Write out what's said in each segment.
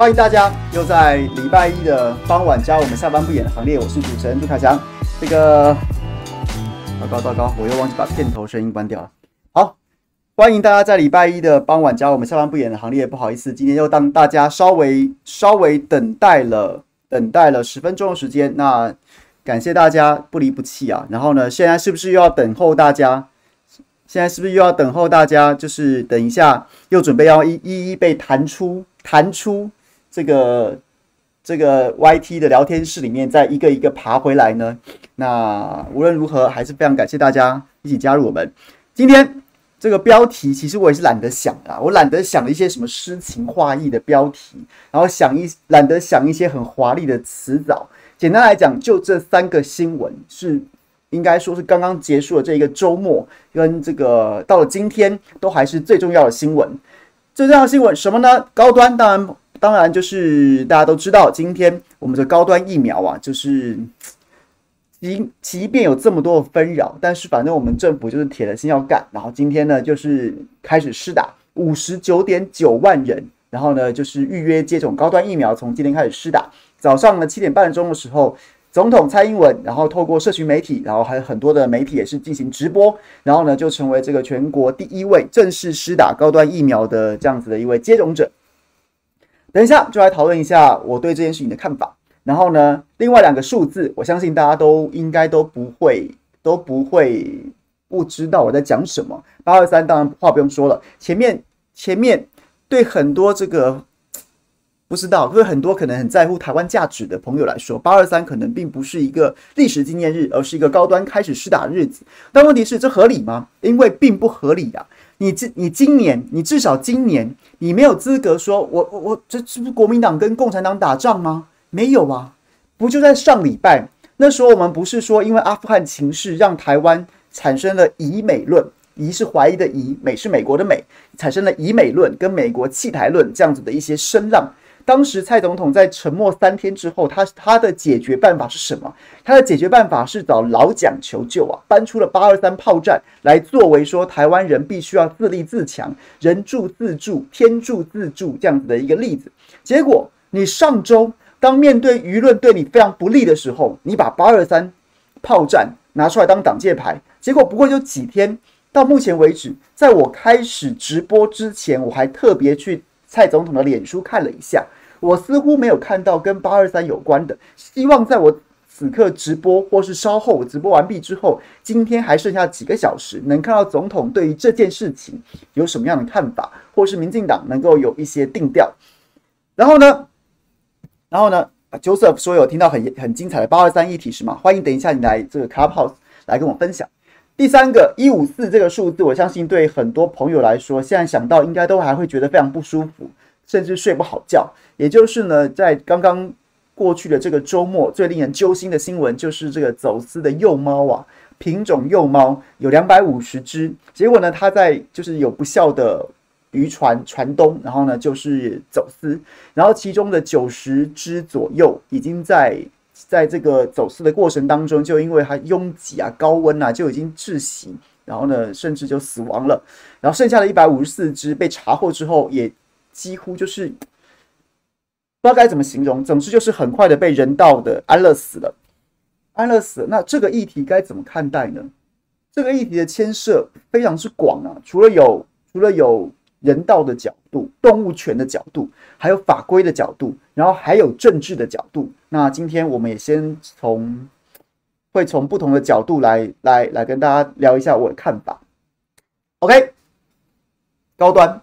欢迎大家又在礼拜一的傍晚加入我们下班不演的行列，我是主持人杜凯翔。糟糕，我又忘记把片头声音关掉了。好，欢迎大家在礼拜一的傍晚加入我们下班不演的行列。不好意思，今天又让大家稍微等待了10分钟的时间，那感谢大家不离不弃啊。然后呢，现在是不是又要等候大家？就是等一下又准备要一一被弹出这个 YT 的聊天室里面，再一个一个爬回来呢？那无论如何，还是非常感谢大家一起加入我们。今天这个标题其实我也是懒得想啊，我懒得想一些什么诗情画意的标题，然后懒得想一些很华丽的词藻。简单来讲，就这3个新闻是应该说是刚刚结束的这一个周末，跟这个到了今天都还是最重要的新闻。最重要的新闻什么呢？高端，当然就是大家都知道，今天我们的高端疫苗啊，就是即便有这么多的纷扰，但是反正我们政府就是铁了心要干。然后今天呢，就是开始施打59.9万人，然后呢就是预约接种高端疫苗，从今天开始施打。早上呢7点半钟的时候，总统蔡英文，然后透过社群媒体，然后还有很多的媒体也是进行直播，然后呢就成为这个全国第一位正式施打高端疫苗的这样子的一位接种者。等一下就来讨论一下我对这件事情的看法。然后呢，另外2个数字，我相信大家都应该都不会不知道我在讲什么。823当然话不用说了，前面对很多这个不知道，对很多可能很在乎台湾价值的朋友来说，823可能并不是一个历史纪念日，而是一个高端开始施打的日子。但问题是，这合理吗？因为并不合理啊！你至少今年，你没有资格说这是不是国民党跟共产党打仗吗？没有啊，不就在上礼拜那时候，我们不是说因为阿富汗情势让台湾产生了以美论，疑是怀疑的疑，美是美国的美，产生了以美论跟美国弃台论这样子的一些声浪。当时蔡总统在沉默3天之后，他的解决办法是什么？他的解决办法是找老蒋求救啊，搬出了823炮战来作为说台湾人必须要自立自强，人助自助，天助自助这样子的一个例子。结果你上周当面对舆论对你非常不利的时候，你把823炮战拿出来当挡箭牌，结果不过就几天。到目前为止，在我开始直播之前，我还特别去蔡总统的脸书看了一下，我似乎没有看到跟823有关的。希望在我此刻直播，或是稍后我直播完毕之后，今天还剩下几个小时，能看到总统对于这件事情有什么样的看法，或是民进党能够有一些定调。然后呢 ，Joseph 说有听到很精彩的823议题是吗？欢迎等一下你来这个 Clubhouse 来跟我分享。第3个154这个数字，我相信对很多朋友来说，现在想到应该都还会觉得非常不舒服，甚至睡不好觉。也就是呢，在刚刚过去的这个周末，最令人揪心的新闻就是这个走私的幼猫啊，品种幼猫有250只，结果呢，它在就是有不肖的渔船船东，然后呢就是走私，然后其中的90只左右已经在这个走私的过程当中，就因为它拥挤啊、高温啊，就已经窒息，然后呢，甚至就死亡了。然后剩下的154只被查获之后，也几乎就是不知道该怎么形容，总之就是很快的被人道的安乐死了。那这个议题该怎么看待呢？这个议题的牵涉非常之广啊，除了有人道的角度、动物权的角度，还有法规的角度，然后还有政治的角度。那今天我们也先会从不同的角度来跟大家聊一下我的看法。OK， 高端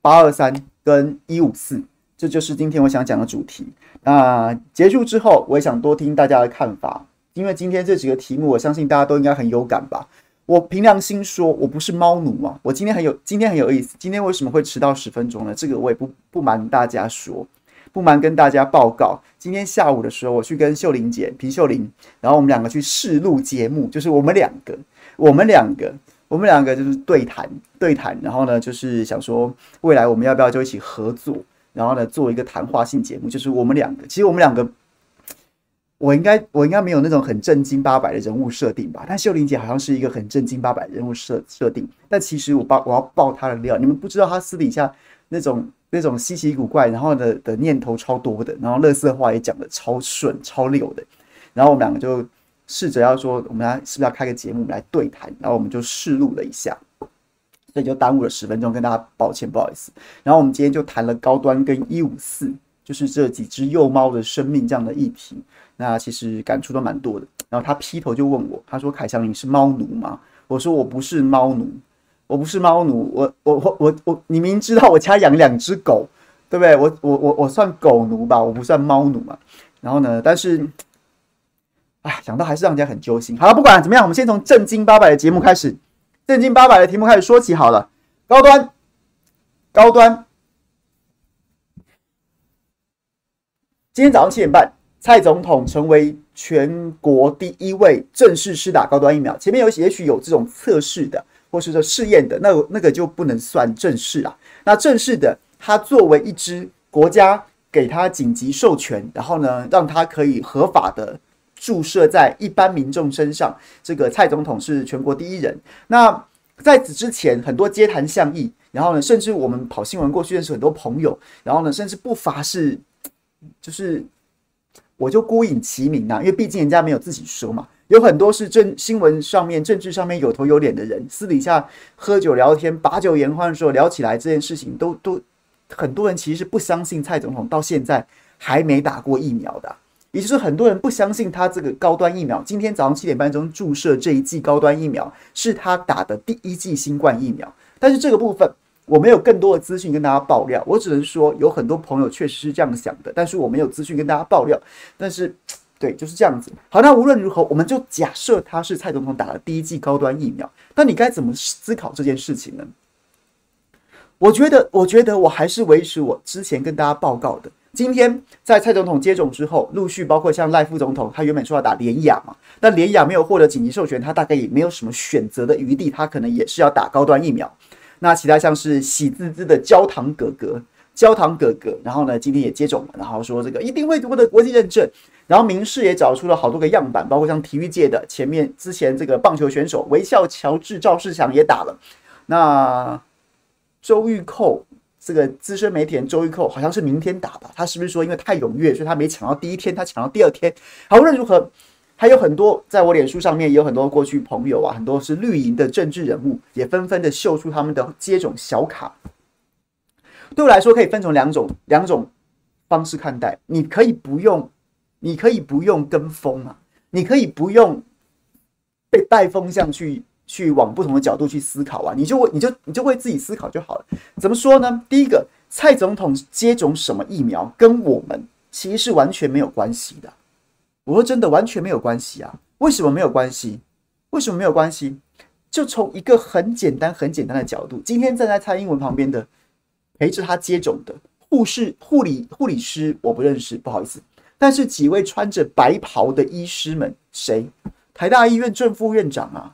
823跟154，这就是今天我想讲的主题。那结束之后，我也想多听大家的看法，因为今天这几个题目，我相信大家都应该很有感吧。我凭良心说，我不是猫奴啊！我今天很有意思。今天为什么会迟到10分钟呢？这个我也不瞒大家说，不瞒跟大家报告。今天下午的时候，我去跟秀玲姐皮秀玲，然后我们2个去试录节目，就是我们两个就是对谈，然后呢，就是想说未来我们要不要就一起合作，然后呢做一个谈话性节目，就是我们2个。其实我们2个。我应该没有那种很正经八百的人物设定吧，但秀玲姐好像是一个很正经八百的人物设定，但其实我要爆她的料，你们不知道她私底下那种那种稀奇古怪，然后的念头超多的，然后垃圾话也讲的超顺超溜的，然后我们两个就试着要说，我们是不是要开个节目来对谈，然后我们就试录了一下，所以就耽误了10分钟，跟大家抱歉不好意思。然后我们今天就谈了高端跟154，就是这几只幼猫的生命这样的议题，那其实感触都蛮多的。然后他劈头就问我，他说：“凯翔，你是猫奴吗？”我说：“我不是猫奴。”我不是猫奴，你明知道我家养2只狗，对不对？我算狗奴吧，我不算猫奴嘛。然后呢，但是，想到还是让人家很揪心。好了，不管怎么样，我们先从正经800的节目开始，正经800的题目开始说起好了。高端，今天早上7点半，蔡总统成为全国第1位正式施打高端疫苗。前面也许有这种测试的。或是说试验的那个就不能算正式啊。那正式的，它作为一支国家给它紧急授权，然后呢，让它可以合法的注射在一般民众身上。这个蔡总统是全国第1人。那在此之前，很多街谈巷议，然后呢，甚至我们跑新闻过去认识很多朋友，然后呢，甚至不乏是，就是我就孤影其名啊，因为毕竟人家没有自己说嘛。有很多是新闻上面、政治上面有头有脸的人，私底下喝酒聊天、把酒言欢的时候聊起来这件事情，都很多人其实是不相信蔡总统到现在还没打过疫苗的，也就是很多人不相信他这个高端疫苗。今天早上7点半钟注射这一剂高端疫苗是他打的第1剂新冠疫苗，但是这个部分我没有更多的资讯跟大家爆料，我只能说有很多朋友确实是这样想的，但是我没有资讯跟大家爆料，但是。对，就是这样子。好，那无论如何，我们就假设他是蔡总统打了第1剂高端疫苗，那你该怎么思考这件事情呢？我觉得我还是维持我之前跟大家报告的。今天在蔡总统接种之后，陆续包括像赖副总统，他原本说要打联亚嘛，但联亚没有获得紧急授权，他大概也没有什么选择的余地，他可能也是要打高端疫苗。那其他像是喜滋滋的焦糖哥哥，然后呢，今天也接种了，然后说这个一定会获得国际认证。然后民视也找出了好多个样板，包括像体育界的之前这个棒球选手微笑乔治赵世强也打了。那周玉蔻这个资深媒体人周玉蔻好像是明天打吧？他是不是说因为太踊跃，所以他没抢到第1天，他抢到第2天？好，无论如何，还有很多在我脸书上面也有很多过去朋友啊，很多是绿营的政治人物，也纷纷的秀出他们的接种小卡。对我来说，可以分成两种方式看待，你可以不用跟风啊，你可以不用被带风向去往不同的角度去思考啊，你就会自己思考就好了。怎么说呢？第一个，蔡总统接种什么疫苗跟我们其实是完全没有关系的。我说真的，完全没有关系啊。为什么没有关系？就从一个很简单的角度，今天站在蔡英文旁边的，陪着他接种的护理师，我不认识，不好意思。但是几位穿着白袍的医师们，谁？台大医院正副院长啊，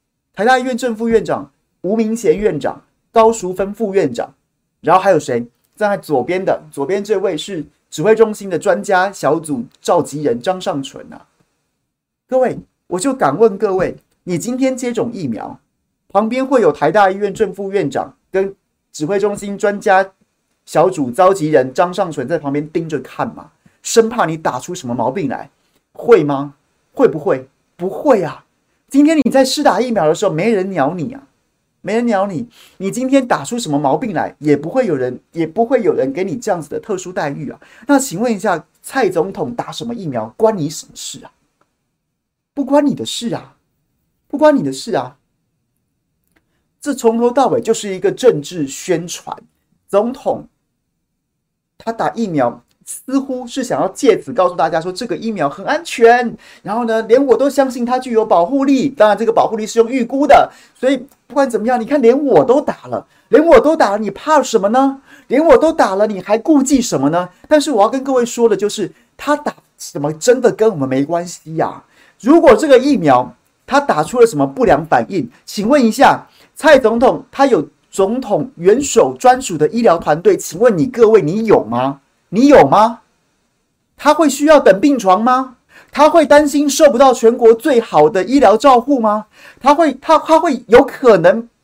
吴明贤院长、高淑芬副院长，然后还有谁？站在左边这位是指挥中心的专家小组召集人张上淳啊。各位，我就敢问各位，你今天接种疫苗，旁边会有台大医院正副院长跟指挥中心专家小组召集人张上淳在旁边盯着看吗？生怕你打出什么毛病来，会吗？会不会？不会啊！今天你在施打疫苗的时候，没人鸟你啊，没人鸟你。你今天打出什么毛病来，也不会有人给你这样子的特殊待遇啊。那请问一下，蔡总统打什么疫苗，关你什么事啊？不关你的事啊，不关你的事啊！这从头到尾就是一个政治宣传。总统他打疫苗，似乎是想要借此告诉大家说这个疫苗很安全，然后呢，连我都相信它具有保护力。当然，这个保护力是用预估的，所以不管怎么样，你看连我都打了，你怕什么呢？连我都打了，你还顾忌什么呢？但是我要跟各位说的就是，他打什么真的跟我们没关系呀。如果这个疫苗他打出了什么不良反应，请问一下，蔡总统他有总统元首专属的医疗团队，请问你各位，你有吗？他会需要等病床吗？他会担心受不到全国最好的医疗照护吗？他会有可能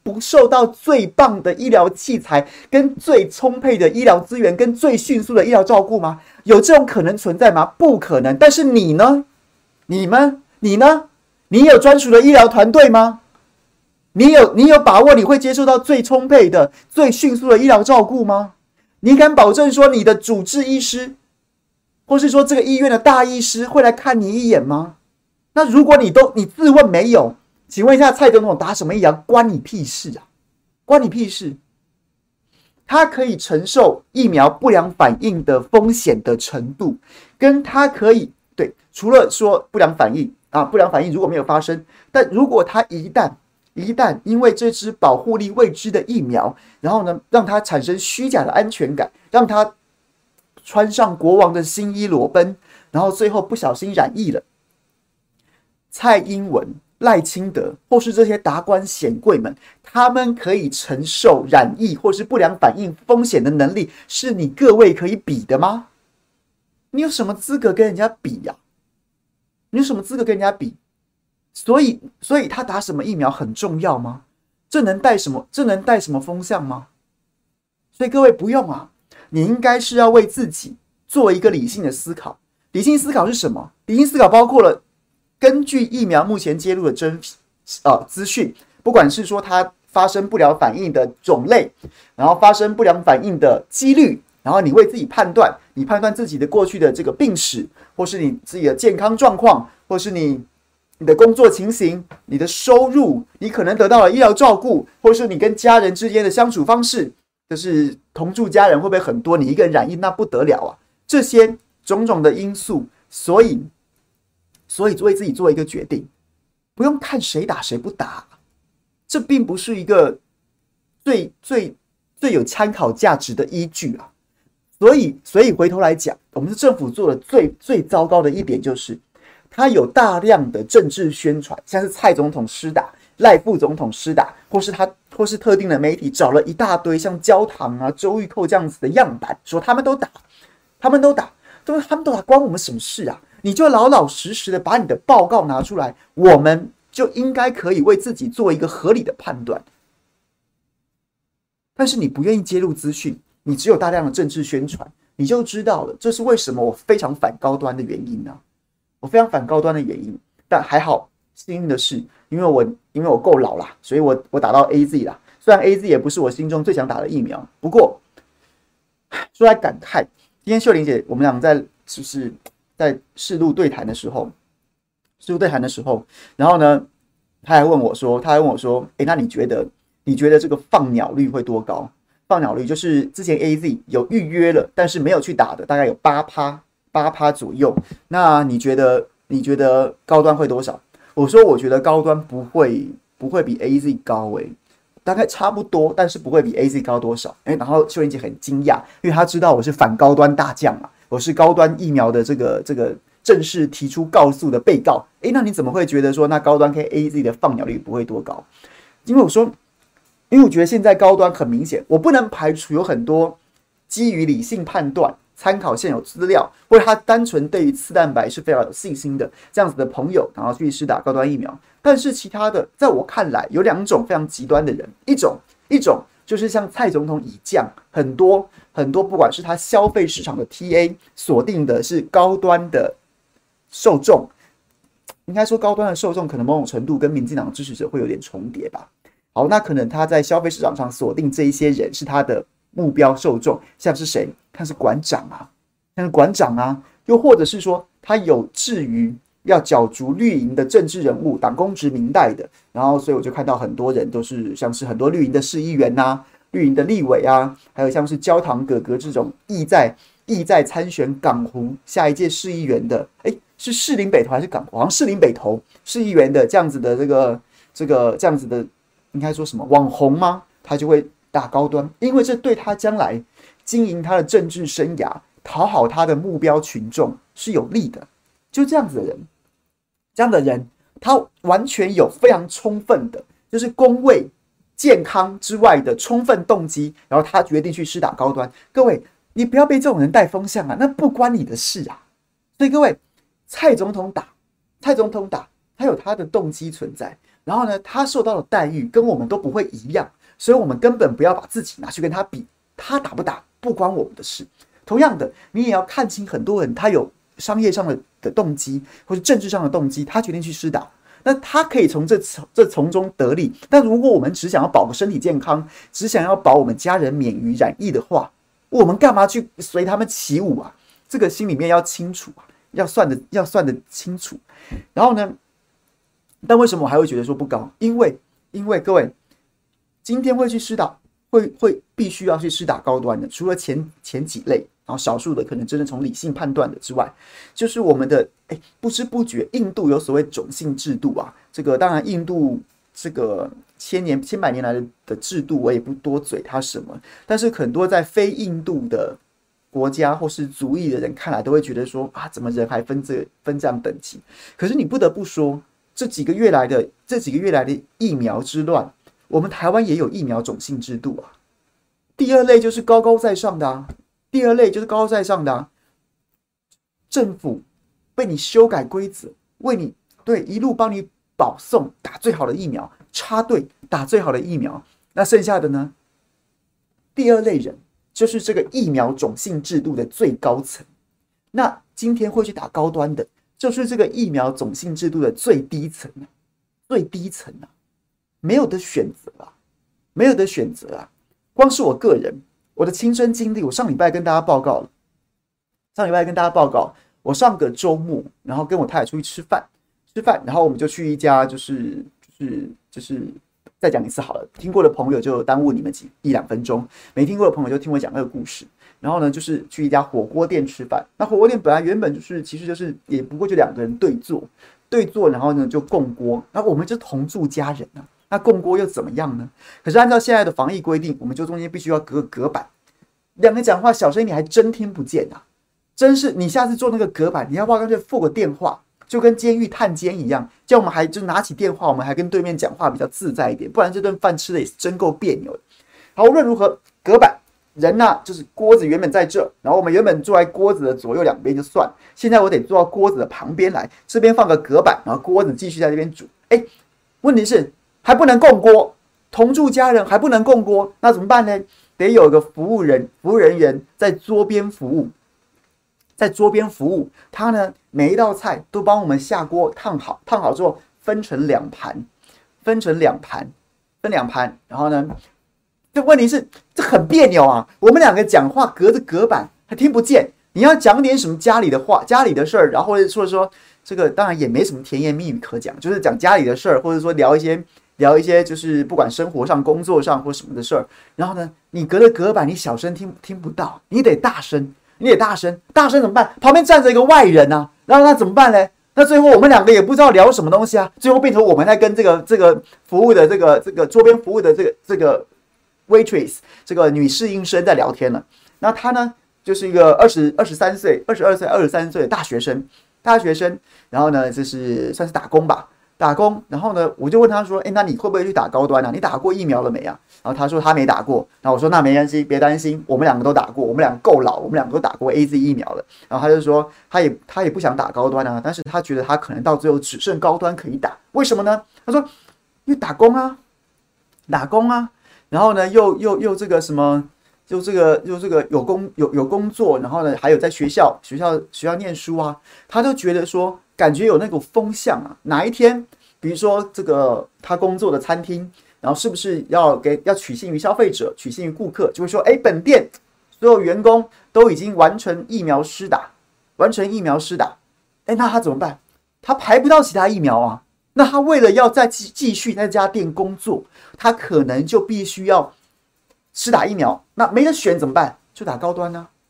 不受到最棒的医疗器材、跟最充沛的医疗资源、跟最迅速的医疗照顾吗？有这种可能存在吗？不可能。但是你呢？你呢？你有专属的医疗团队吗？你有把握你会接受到最充沛的、最迅速的医疗照顾吗？你敢保证说你的主治医师，或是说这个医院的大医师会来看你一眼吗？那如果你自问没有，请问一下蔡总统打什么疫苗关你屁事啊？关你屁事！他可以承受疫苗不良反应的风险的程度，跟他可以对，除了说不良反应如果没有发生，但如果他一旦因为这支保护力未知的疫苗，然后呢让他产生虚假的安全感，让他穿上国王的新衣裸奔，然后最后不小心染疫了，蔡英文、赖清德或是这些达官显贵们，他们可以承受染疫或是不良反应风险的能力，是你各位可以比的吗？你有什么资格跟人家比呀？你有什么资格跟人家比？所以他打什么疫苗很重要吗？这能带什么风向吗？所以各位不用啊，你应该是要为自己做一个理性的思考。理性思考是什么？理性思考包括了根据疫苗目前揭露的资讯，不管是说它发生不良反应的种类，然后发生不良反应的几率，然后你为自己判断，你判断自己的过去的这个病史，或是你自己的健康状况，或是你的工作情形、你的收入，你可能得到了医疗照顾，或是你跟家人之间的相处方式，就是同住家人会不会很多，你一个人染疫那不得了啊！这些种种的因素，所以为自己做一个决定，不用看谁打谁不打，这并不是一个最有参考价值的依据啊。所以回头来讲，我们的政府做的最糟糕的一点就是，他有大量的政治宣传，像是蔡总统施打、赖副總統施打，或是特定的媒体找了一大堆像焦糖啊、周玉蔻这样子的样板，说他们都打，关我们什么事啊？你就老老实实的把你的报告拿出来，我们就应该可以为自己做一个合理的判断。但是你不愿意揭露资讯，你只有大量的政治宣传，你就知道了，这是为什么我非常反高端的原因啊！我非常反高端的原因，但还好，幸运的是，因为我够老啦，所以我打到 AZ 啦。虽然 AZ 也不是我心中最想打的疫苗，不过说来感慨，今天秀玲姐我们俩在试录对谈的时候，然后呢，他还问我说，那你觉得这个放鸟率会多高？放鸟率就是之前 AZ 有预约了，但是没有去打的，大概有8%左右。那你觉得高端会多少？我说我觉得高端不会比 AZ 高大概差不多，但是不会比 AZ 高多少。然后秀玲姐很惊讶，因为她知道我是反高端大将啊，我是高端疫苗的这个正式提出告诉的被告。那你怎么会觉得说那高端跟 AZ 的放鸟率不会多高？因为我觉得现在高端很明显，我不能排除有很多基于理性判断、参考现有资料，或者他单纯对于次蛋白是非常有信心的这样子的朋友，然后去施打高端疫苗。但是其他的，在我看来，有两种非常极端的人，一种就是像蔡总统以降，很多，不管是他消费市场的 TA 锁定的是高端的受众，应该说高端的受众可能某种程度跟民进党支持者会有点重叠吧。好，那可能他在消费市场上锁定这一些人是他的目标受众，像是谁？看是馆长啊，又或者是说他有志于要角逐绿营的政治人物、党公职民代的，然后所以我就看到很多人都是像是很多绿营的市议员啊、绿营的立委啊，还有像是焦糖哥哥这种意在参选港湖下一届市议员的，是士林北投还是港湖？好像士林北投市议员的这样子的这样子的，应该说什么网红吗？他就会打高端，因为这对他将来经营他的政治生涯、讨好他的目标群众是有利的。就这样子的人，他完全有非常充分的，就是公卫、健康之外的充分动机，然后他决定去施打高端。各位，你不要被这种人带风向啊，那不关你的事啊。所以各位，蔡总统打，他有他的动机存在。 然后呢，他受到的待遇跟我们都不会一样，所以我们根本不要把自己拿去跟他比，他打不打不关我们的事。同样的，你也要看清很多人他有商业上的动机，或是政治上的动机，他决定去施打。那他可以从这从中得利，但如果我们只想要保个身体健康，只想要保我们家人免于染疫的话，我们干嘛去随他们起舞啊？这个心里面要清楚啊，要算得清楚。然后呢，但为什么我还会觉得说不高？因为各位今天会去施打，会必须要去施打高端的，除了前几类。然后少数的可能真的从理性判断的之外，就是我们的不知不觉，印度有所谓种姓制度啊。这个当然，印度这个千百年来的制度，我也不多嘴它什么。但是很多在非印度的国家或是族裔的人看来，都会觉得说啊，怎么人还分这样等级？可是你不得不说，这几个月来的疫苗之乱，我们台湾也有疫苗种姓制度啊。第二类就是高高在上的啊。政府为你修改规则，为你一路帮你保送打最好的疫苗，插队打最好的疫苗。那剩下的呢？第二类人就是这个疫苗种姓制度的最高层。那今天会去打高端的，就是这个疫苗种姓制度的最低层啊，没有得选择啊！光是我个人。我的亲身经历，我上礼拜跟大家报告了。我上个周末，然后跟我太太出去吃饭，然后我们就去一家，就是再讲一次好了。听过的朋友就耽误你们一两分钟，没听过的朋友就听我讲那个故事。然后呢，就是去一家火锅店吃饭。那火锅店原本其实就是也不过就两个人对坐，然后呢就共锅。那我们就同住家人啊。那共锅又怎么样呢？可是按照现在的防疫规定，我们就中间必须要隔板，两个人讲话小声一点还真听不见啊！真是，你下次做那个隔板，你要不要干脆付个电话，就跟监狱探监一样，叫我们还就拿起电话，我们还跟对面讲话比较自在一点，不然这顿饭吃的也是真够别扭的。好，无论如何，隔板人呢，就是锅子原本在这，然后我们原本坐在锅子的左右两边就算，现在我得坐到锅子的旁边来，这边放个隔板，然后锅子继续在这边煮。问题是。还不能共锅，同住家人还不能共锅，那怎么办呢？得有一个服务人员在桌边服务，他呢每一道菜都帮我们下锅烫好之后分成两盘，然后呢，这问题是这很别扭啊，我们两个讲话隔着隔板还听不见，你要讲点什么家里的话、家里的事儿，然后或者说这个当然也没什么甜言蜜语可讲，就是讲家里的事儿，或者说聊一些就是不管生活上、工作上或什么的事儿，然后呢，你隔着隔板，你小声听不到，你得大声，大声怎么办？旁边站着一个外人啊，然后那怎么办呢？那最后我们两个也不知道聊什么东西啊，最后变成我们在跟这个服务的这个桌边服务的这个 waitress 这个女侍应生在聊天了。那她呢，就是一个22岁的大学生，然后呢，就是算是打工，然后呢，我就问他说：“那你会不会去打高端啊？你打过疫苗了没啊？”然后他说他没打过。然后我说那没关系，别担心，我们两个都打过，我们两个够老，我们两个都打过 AZ 疫苗了。然后他就说他也不想打高端啊，但是他觉得他可能到最后只剩高端可以打，为什么呢？他说因为打工啊，然后呢又这个什么。就这个有工作，然后呢还有在学校念书啊，他都觉得说感觉有那股风向啊，哪一天比如说这个他工作的餐厅，然后是不是要取信于消费者，取信于顾客，就会说本店所有员工都已经完成疫苗施打，那他怎么办？他排不到其他疫苗啊，那他为了要再继续在这家店工作，他可能就必须要施打疫苗，那没得选怎么办？就打高端啊，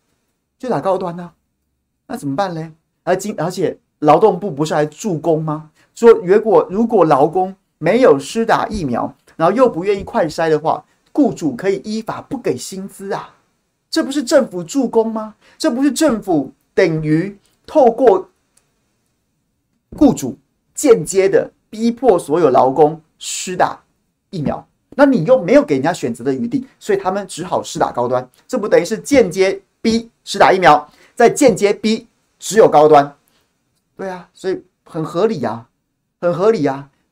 那怎么办呢？而且劳动部不是还助攻吗？说如果劳工没有施打疫苗，然后又不愿意快筛的话，雇主可以依法不给薪资啊，这不是政府助攻吗？这不是政府等于透过雇主间接的逼迫所有劳工施打疫苗？那你又没有给人家选择的余地，所以他们只好施打高端，这不等于是间接逼施打疫苗，再间接逼只有高端？对啊，所以很合理啊。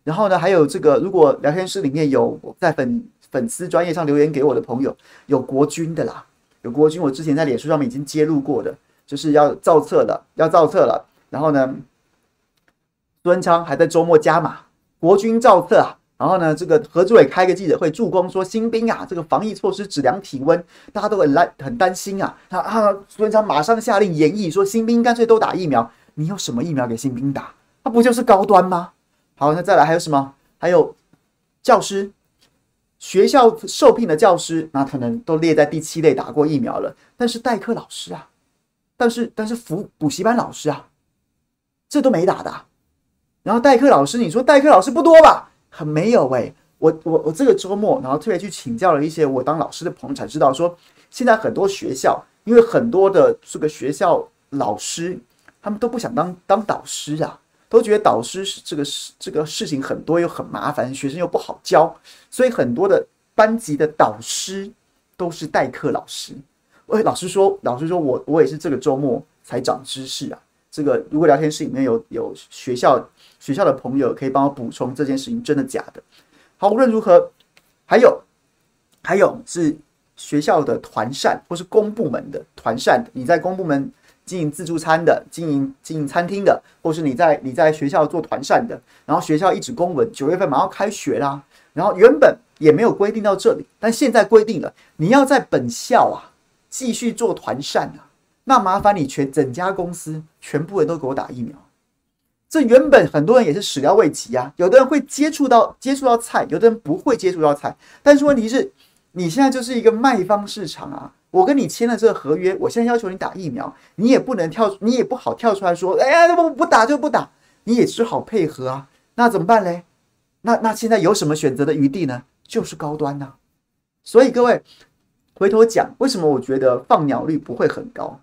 然后呢，还有这个，如果聊天室里面有在粉丝专页上留言给我的朋友，有国军的啦，有国军，我之前在脸书上面已经揭露过的，就是要造册了。然后呢，孙昌还在周末加码，国军造册啊。然后呢，这个何志伟开个记者会，助攻说新兵啊，这个防疫措施只量体温，大家都很担心啊。孙昌马上下令研议说，新兵干脆都打疫苗。你有什么疫苗给新兵打？他不就是高端吗？好，那再来还有什么？还有教师，学校受聘的教师，那可能都列在第7类打过疫苗了。但是代课老师啊，但是补习班老师啊，这都没打的啊。然后代课老师，你说代课老师不多吧？很没有欸。我这个周末，然后特别去请教了一些我当老师的朋友，才知道说，现在很多学校，因为很多的这个学校老师，他们都不想当导师啊。都觉得导师这个事情很多又很麻烦，学生又不好教，所以很多的班级的导师都是代课老师。老师说我也是这个周末才长知识啊。这个如果聊天室里面有学校的朋友，可以帮我补充这件事情真的假的。好，无论如何，还有是学校的团膳或是公部门的团膳，你在公部门经营自助餐的，经营餐厅的，或是你在学校做团膳的，然后学校一纸公文，9月份马上开学啦。然后原本也没有规定到这里，但现在规定了，你要在本校啊继续做团膳啊，那麻烦你整家公司全部人都给我打疫苗。这原本很多人也是始料未及啊，有的人会接触到菜，有的人不会接触到菜，但是问题是，你现在就是一个卖方市场啊。我跟你签了这个合约，我现在要求你打疫苗，你也不好跳出来说，哎呀，不打就不打，你也只好配合啊。那怎么办嘞？那现在有什么选择的余地呢？就是高端啊。所以各位回头讲，为什么我觉得放鸟率不会很高，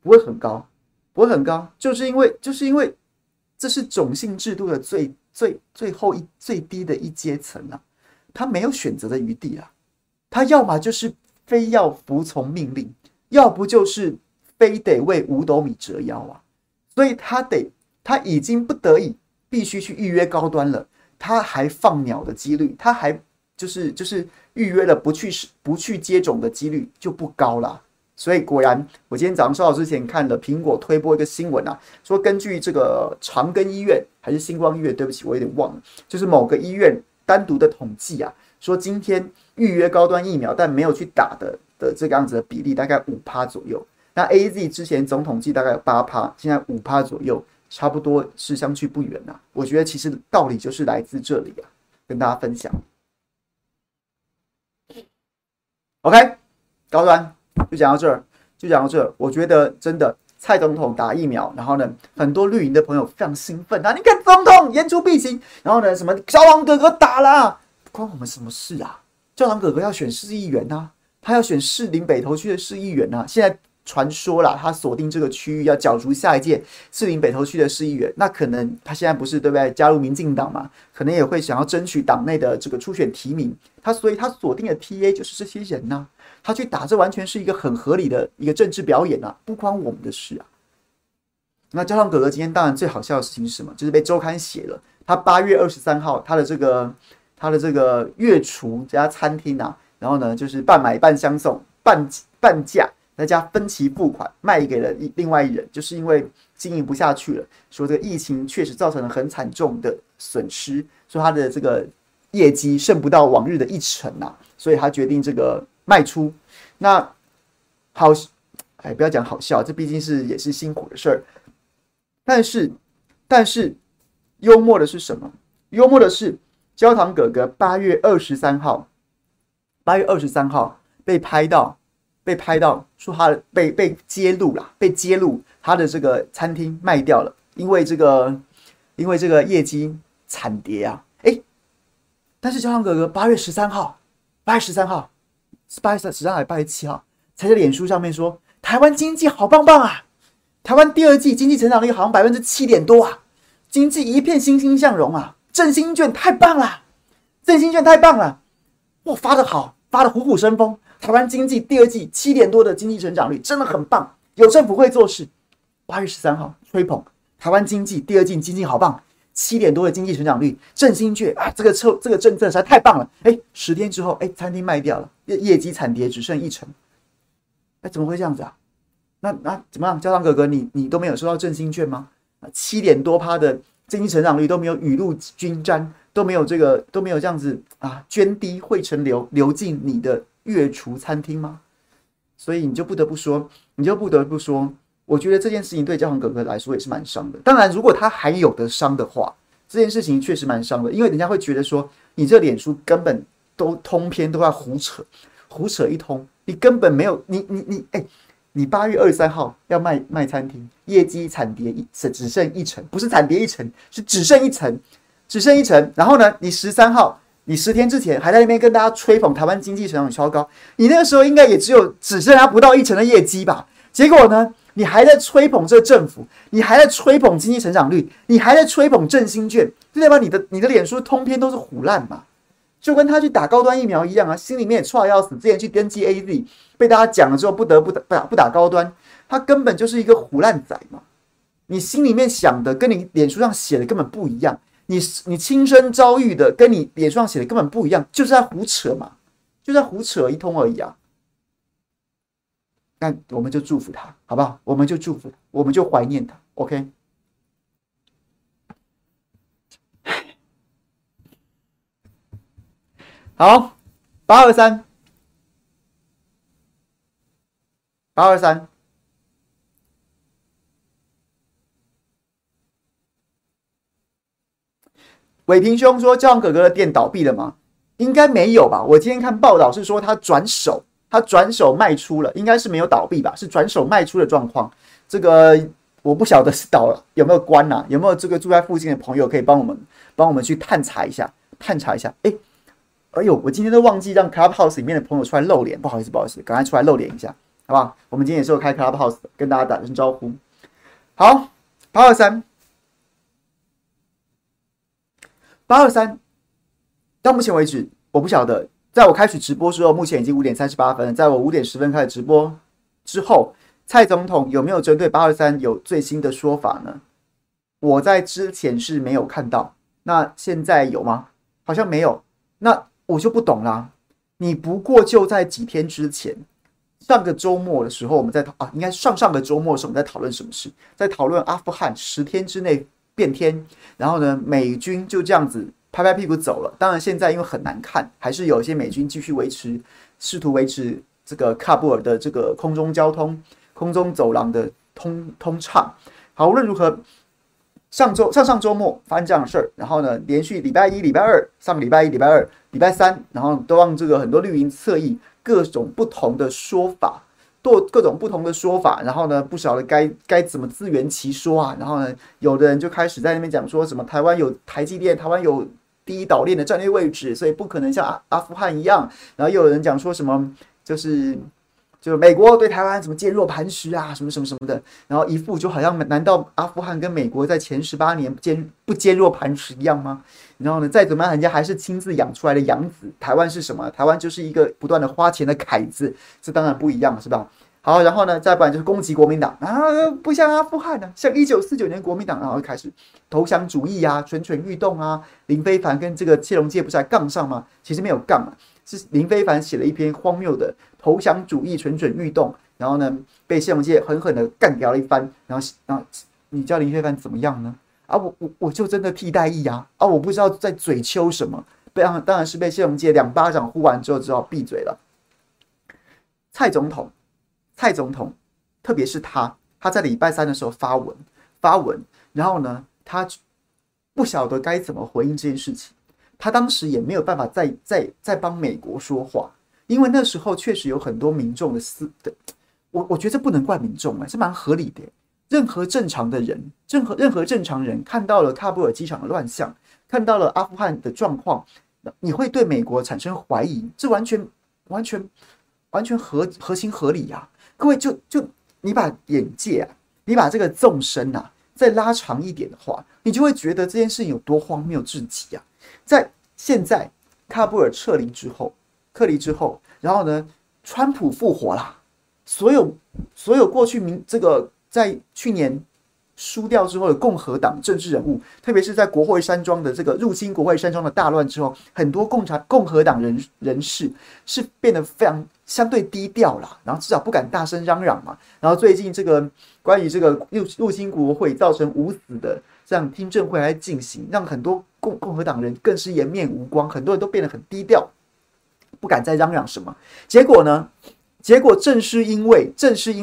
就是因为这是种姓制度的最后最低的一阶层啊，他没有选择的余地啊，他要么就是非要服从命令，要不就是非得为五斗米折腰啊。所以他已经不得已必须去预约高端了，他还放鸟的几率，他还就是预约了不去接种的几率就不高啦。所以果然，我今天早上收到之前看了苹果推播一个新闻啊，说根据这个长庚医院还是星光医院，对不起，我有点忘了，就是某个医院单独的统计啊，说今天预约高端疫苗但没有去打的这个样子的比例大概 5% 左右。那 AZ 之前总统计大概有 8%， 现在 5% 左右，差不多是相去不远啊。我觉得其实道理就是来自这里啊，跟大家分享。OK， 高端就讲到这儿，我觉得真的蔡总统打疫苗，然后呢，很多绿营的朋友非常兴奋啊！你看总统言出必行，然后呢，什么教堂哥哥打了，不关我们什么事啊！教堂哥哥要选市议员啊，他要选士林北投区的市议员啊。现在传说啦，他锁定这个区域要角逐下一届士林北投区的市议员，那可能他现在不是对不对加入民进党嘛，可能也会想要争取党内的这个初选提名，所以他锁定的 TA 就是这些人啊。他去打，这完全是一个很合理的一个政治表演啊，不关我们的事啊。那教堂哥哥今天当然最好笑的事情是什么？就是被周刊写了，他8月23号他的这个月厨这家餐厅啊，然后呢就是半买半相送，半价，再加分期付款卖给了另外一人，就是因为经营不下去了，说这个疫情确实造成了很惨重的损失，说他的这个业绩剩不到往日的1成啊，所以他决定这个卖出。那不要讲好笑，这毕竟也是辛苦的事儿。但是幽默的是什么？幽默的是焦糖哥哥8月23号被拍到说他被揭露他的这个餐厅卖掉了，因为这个业绩惨跌啊。但是焦糖哥哥8月13号是8月13号还是8月7号才在脸书上面说台湾经济好棒棒啊，台湾第2季经济成长率好像7%点多啊，经济一片欣欣向荣啊，振兴券太棒了，哇，发得好，发得虎虎生风，台湾经济第2季7%点多的经济成长率真的很棒，有政府会做事。8月13号吹捧台湾经济第2季经济好棒， 7.多的经济成长率，振兴券啊，这个政策实在太棒了。10天之后，餐厅卖掉了，业绩惨跌，只剩1成。怎么会这样子啊？那怎么样，教堂哥哥，你都没有收到振兴券吗？7.多%的经济成长率都没有雨露均沾，都没有这样子啊，涓滴汇成流进你的月厨餐厅吗？所以你就不得不说，我觉得这件事情对教堂哥哥来说也是蛮伤的。当然，如果他还有得伤的话，这件事情确实蛮伤的，因为人家会觉得说，你这脸书根本都通篇都在胡扯一通，你根本没有你8月23号要卖餐厅，业绩惨跌只剩1成，不是惨跌1成，是只剩1成。然后呢，你13号，你10天之前还在那边跟大家吹捧台湾经济成长率超高，你那个时候应该也只剩下不到1成的业绩吧？结果呢，你还在吹捧这政府，你还在吹捧经济成长率，你还在吹捧振兴券，就代表你的脸书通篇都是唬烂嘛？就跟他去打高端疫苗一样啊，心里面也臭要死。之前去登记 AZ， 被大家讲了之后，不得不打高端，他根本就是一个唬烂仔嘛。你心里面想的跟你脸书上写的根本不一样，你亲身遭遇的跟你脸书上写的根本不一样，就是在胡扯嘛，就在胡扯一通而已啊。那我们就祝福他，好不好？我们就祝福他，我们就怀念他 ，OK。好，823，伟平兄说，教堂哥哥的店倒闭了吗？应该没有吧？我今天看报道是说他转手卖出了，应该是没有倒闭吧？是转手卖出的状况。这个我不晓得是倒了有没有关啊？有没有这个住在附近的朋友可以帮我们去探查一下？哎呦，我今天都忘记让 Clubhouse 里面的朋友出来露脸，不好意思，赶快出来露脸一下，好不好？我们今天也是有开 Clubhouse 的，跟大家打声招呼。好，823，到目前为止，我不晓得，在我开始直播之后，目前已经5点38分了，在我5点10分开始直播之后，蔡总统有没有针对823有最新的说法呢？我在之前是没有看到，那现在有吗？好像没有，那我就不懂啦。你不过就在几天之前，上个周末的时候，我们在应该上个周末的时候，我们在讨论什么事？在讨论阿富汗10天之内变天，然后呢，美军就这样子拍拍屁股走了。当然，现在因为很难看，还是有一些美军继续试图维持这个喀布尔的这个空中交通、空中走廊的通畅。好，无论如何。上周末发生这样的事儿，然后呢，连续礼拜1、礼拜2，上个礼拜1、礼拜2、礼拜3，然后都让这个很多绿营侧翼各种不同的说法，然后呢，不晓得该怎么自圆其说啊，然后呢，有的人就开始在那边讲说什么台湾有台积电，台湾有第一岛链的战略位置，所以不可能像阿富汗一样，然后又有人讲说什么就美国对台湾什么坚若磐石啊，什么的，然后一副就好像难道阿富汗跟美国在前18年不坚若磐石一样吗？然后呢，再怎么样，人家还是亲自养出来的养子，台湾是什么？台湾就是一个不断的花钱的凯子，这当然不一样，是吧？好，然后呢，再不然就是攻击国民党啊，不像阿富汗啊，像1949年国民党，然后开始投降主义啊，蠢蠢欲动啊，林飞帆跟这个谢龙介不是还杠上吗？其实没有杠啊，是林飞帆写了一篇荒谬的投降主义蠢蠢欲动，然后呢被谢龙介狠狠的干掉了一番，然后你叫林飞帆怎么样呢？啊，我就真的替代役啊，我不知道在嘴秋什么，当然是被谢龙介2巴掌呼完之后只好闭嘴了。蔡总统，特别是他在礼拜3的时候发文，然后呢，他不晓得该怎么回应这件事情。他当时也没有办法再帮美国说话，因为那时候确实有很多民众的我觉得这不能怪民众是蛮合理的。任何正常人看到了喀布尔机场的乱象，看到了阿富汗的状况，你会对美国产生怀疑，这完全合情合理啊！各位就你把眼界你把这个纵深再拉长一点的话，你就会觉得这件事情有多荒谬至极啊！在现在喀布尔撤离之后，然后呢，川普复活啦，所有过去这个在去年输掉之后的共和党政治人物，特别是在国会山庄的这个入侵国会山庄的大乱之后，很多共和党人士是变得非常相对低调啦，然后至少不敢大声嚷嚷嘛。然后最近这个关于这个入侵国会造成无死的这样听证会来进行，让很多共和党人更是颜面无光，很多人都变得很低调，不敢再嚷嚷什么。结果呢？结果正是因为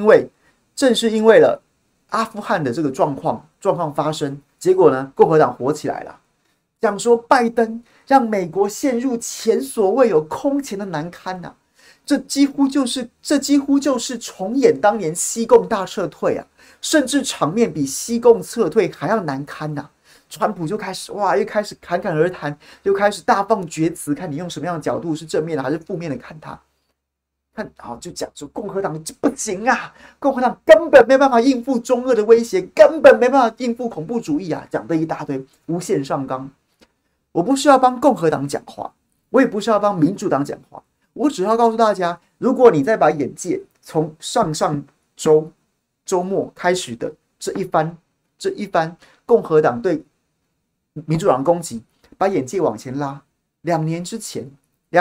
了阿富汗的这个状况发生，结果呢，共和党火起来了，讲说拜登让美国陷入前所未有空前的难堪呐、这几乎就是重演当年西贡大撤退啊，甚至场面比西贡撤退还要难堪呐、川普就开始又开始侃侃而谈，又开始大放厥词，看你用什么样的角度是正面的还是负面的看他。好，就讲说共和党就不行啊，共和党根本没办法应付中俄的威胁，根本没办法应付恐怖主义啊，讲的一大堆，无限上纲。我不需要帮共和党讲话，我也不需要帮民主党讲话，我只要告诉大家，如果你再把眼界从上周末开始的这一番共和党对民主党攻击，把眼界往前拉，2年之前。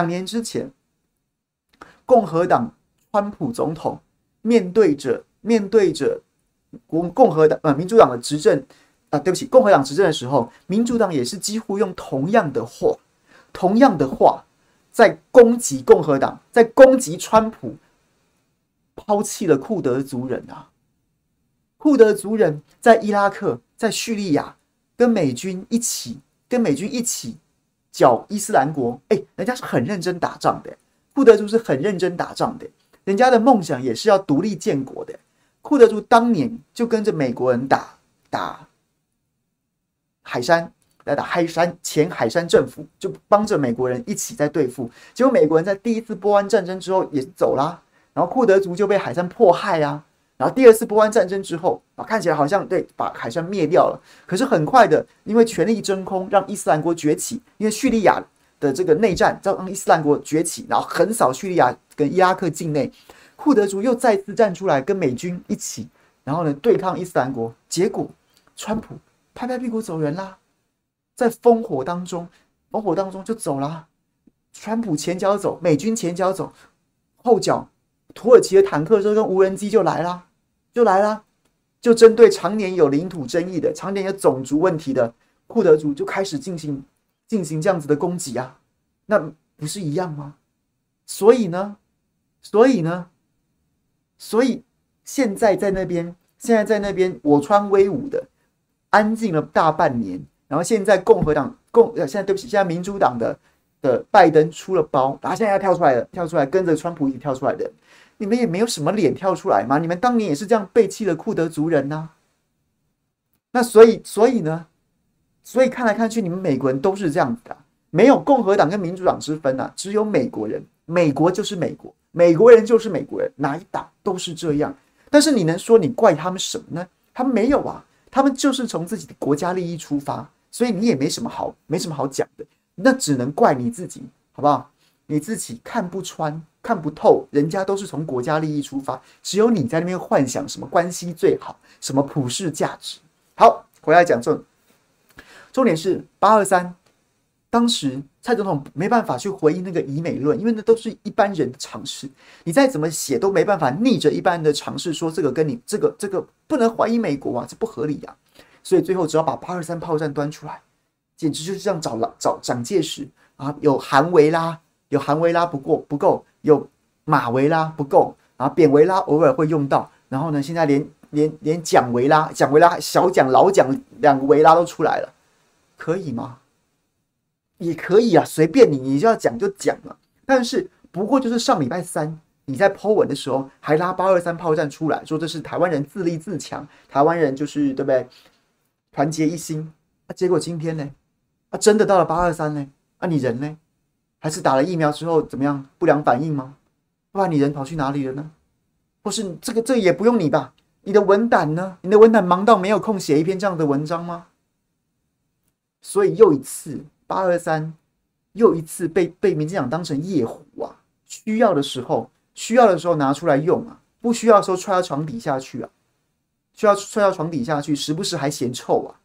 共和党川普总统面对着民主党的执政共和党执政的时候，民主党也是几乎用同样的话在攻击共和党，在攻击川普，抛弃了库德族人啊！库德族人在伊拉克、在叙利亚跟美军一起剿伊斯兰国，人家是很认真打仗的。库德族是很认真打仗的，人家的梦想也是要独立建国的。库德族当年就跟着美国人打海山，前海山政府，就帮着美国人一起在对付。结果美国人在第一次波湾战争之后也走啦，然后库德族就被海山迫害啊。然后第二次波湾战争之后，看起来好像把海山灭掉了，可是很快的，因为权力真空，让伊斯兰国崛起，因为叙利亚的这个内战让伊斯兰国崛起，然后横扫叙利亚跟伊拉克境内，库德族又再次站出来跟美军一起，然后呢对抗伊斯兰国，结果川普拍拍屁股走人啦，在烽火当中就走啦，川普前脚走，美军前脚走，后脚土耳其的坦克车跟无人机就来啦，就针对常年有领土争议的、常年有种族问题的库德族就开始进行这样子的攻击啊，那不是一样吗？所以现在在那边我川威武的，安静了大半年，然后现在对不起，现在民主党的拜登出了包，然后现在要跳出来跟着川普一起跳出来的，你们也没有什么脸跳出来吗？你们当年也是这样背弃了库德族人啊。那所以看来看去，你们美国人都是这样子的，没有共和党跟民主党之分啊，只有美国人，美国就是美国，美国人就是美国人，哪一党都是这样。但是你能说你怪他们什么呢？他们没有啊，他们就是从自己的国家利益出发，所以你也没什么好讲的，那只能怪你自己，好不好？你自己看不穿、看不透，人家都是从国家利益出发，只有你在那边幻想什么关系最好，什么普世价值。好，回来讲重点是823，当时蔡总统没办法去回应那个以美论，因为那都是一般人的常识，你再怎么写都没办法逆着一般人的常识说这个跟你这个不能怀疑美国啊，这不合理啊，所以最后只好把823炮战端出来，简直就是这样找蒋介石啊，有韩维拉不够，有马维拉不够，然后扁维拉偶尔会用到，然后呢，现在连蒋维拉、小蒋、老蒋2个维拉都出来了，可以吗？也可以啊，随便你就要讲就讲了。但是不过就是上礼拜3你在 po 文的时候还拉823炮战出来，说这是台湾人自立自强，台湾人就是对不对？团结一心啊，结果今天呢？啊，真的到了823呢？啊，你人呢？还是打了疫苗之后怎么样？不良反应吗？不然你人跑去哪里了呢？或是这个也不用你吧？你的文胆呢？你的文胆忙到没有空写一篇这样的文章吗？所以又一次823又一次被民进党当成夜壶啊！需要的时候拿出来用啊，不需要的时候踹到床底下去啊！ 就要踹到床底下去，时不时还嫌臭啊。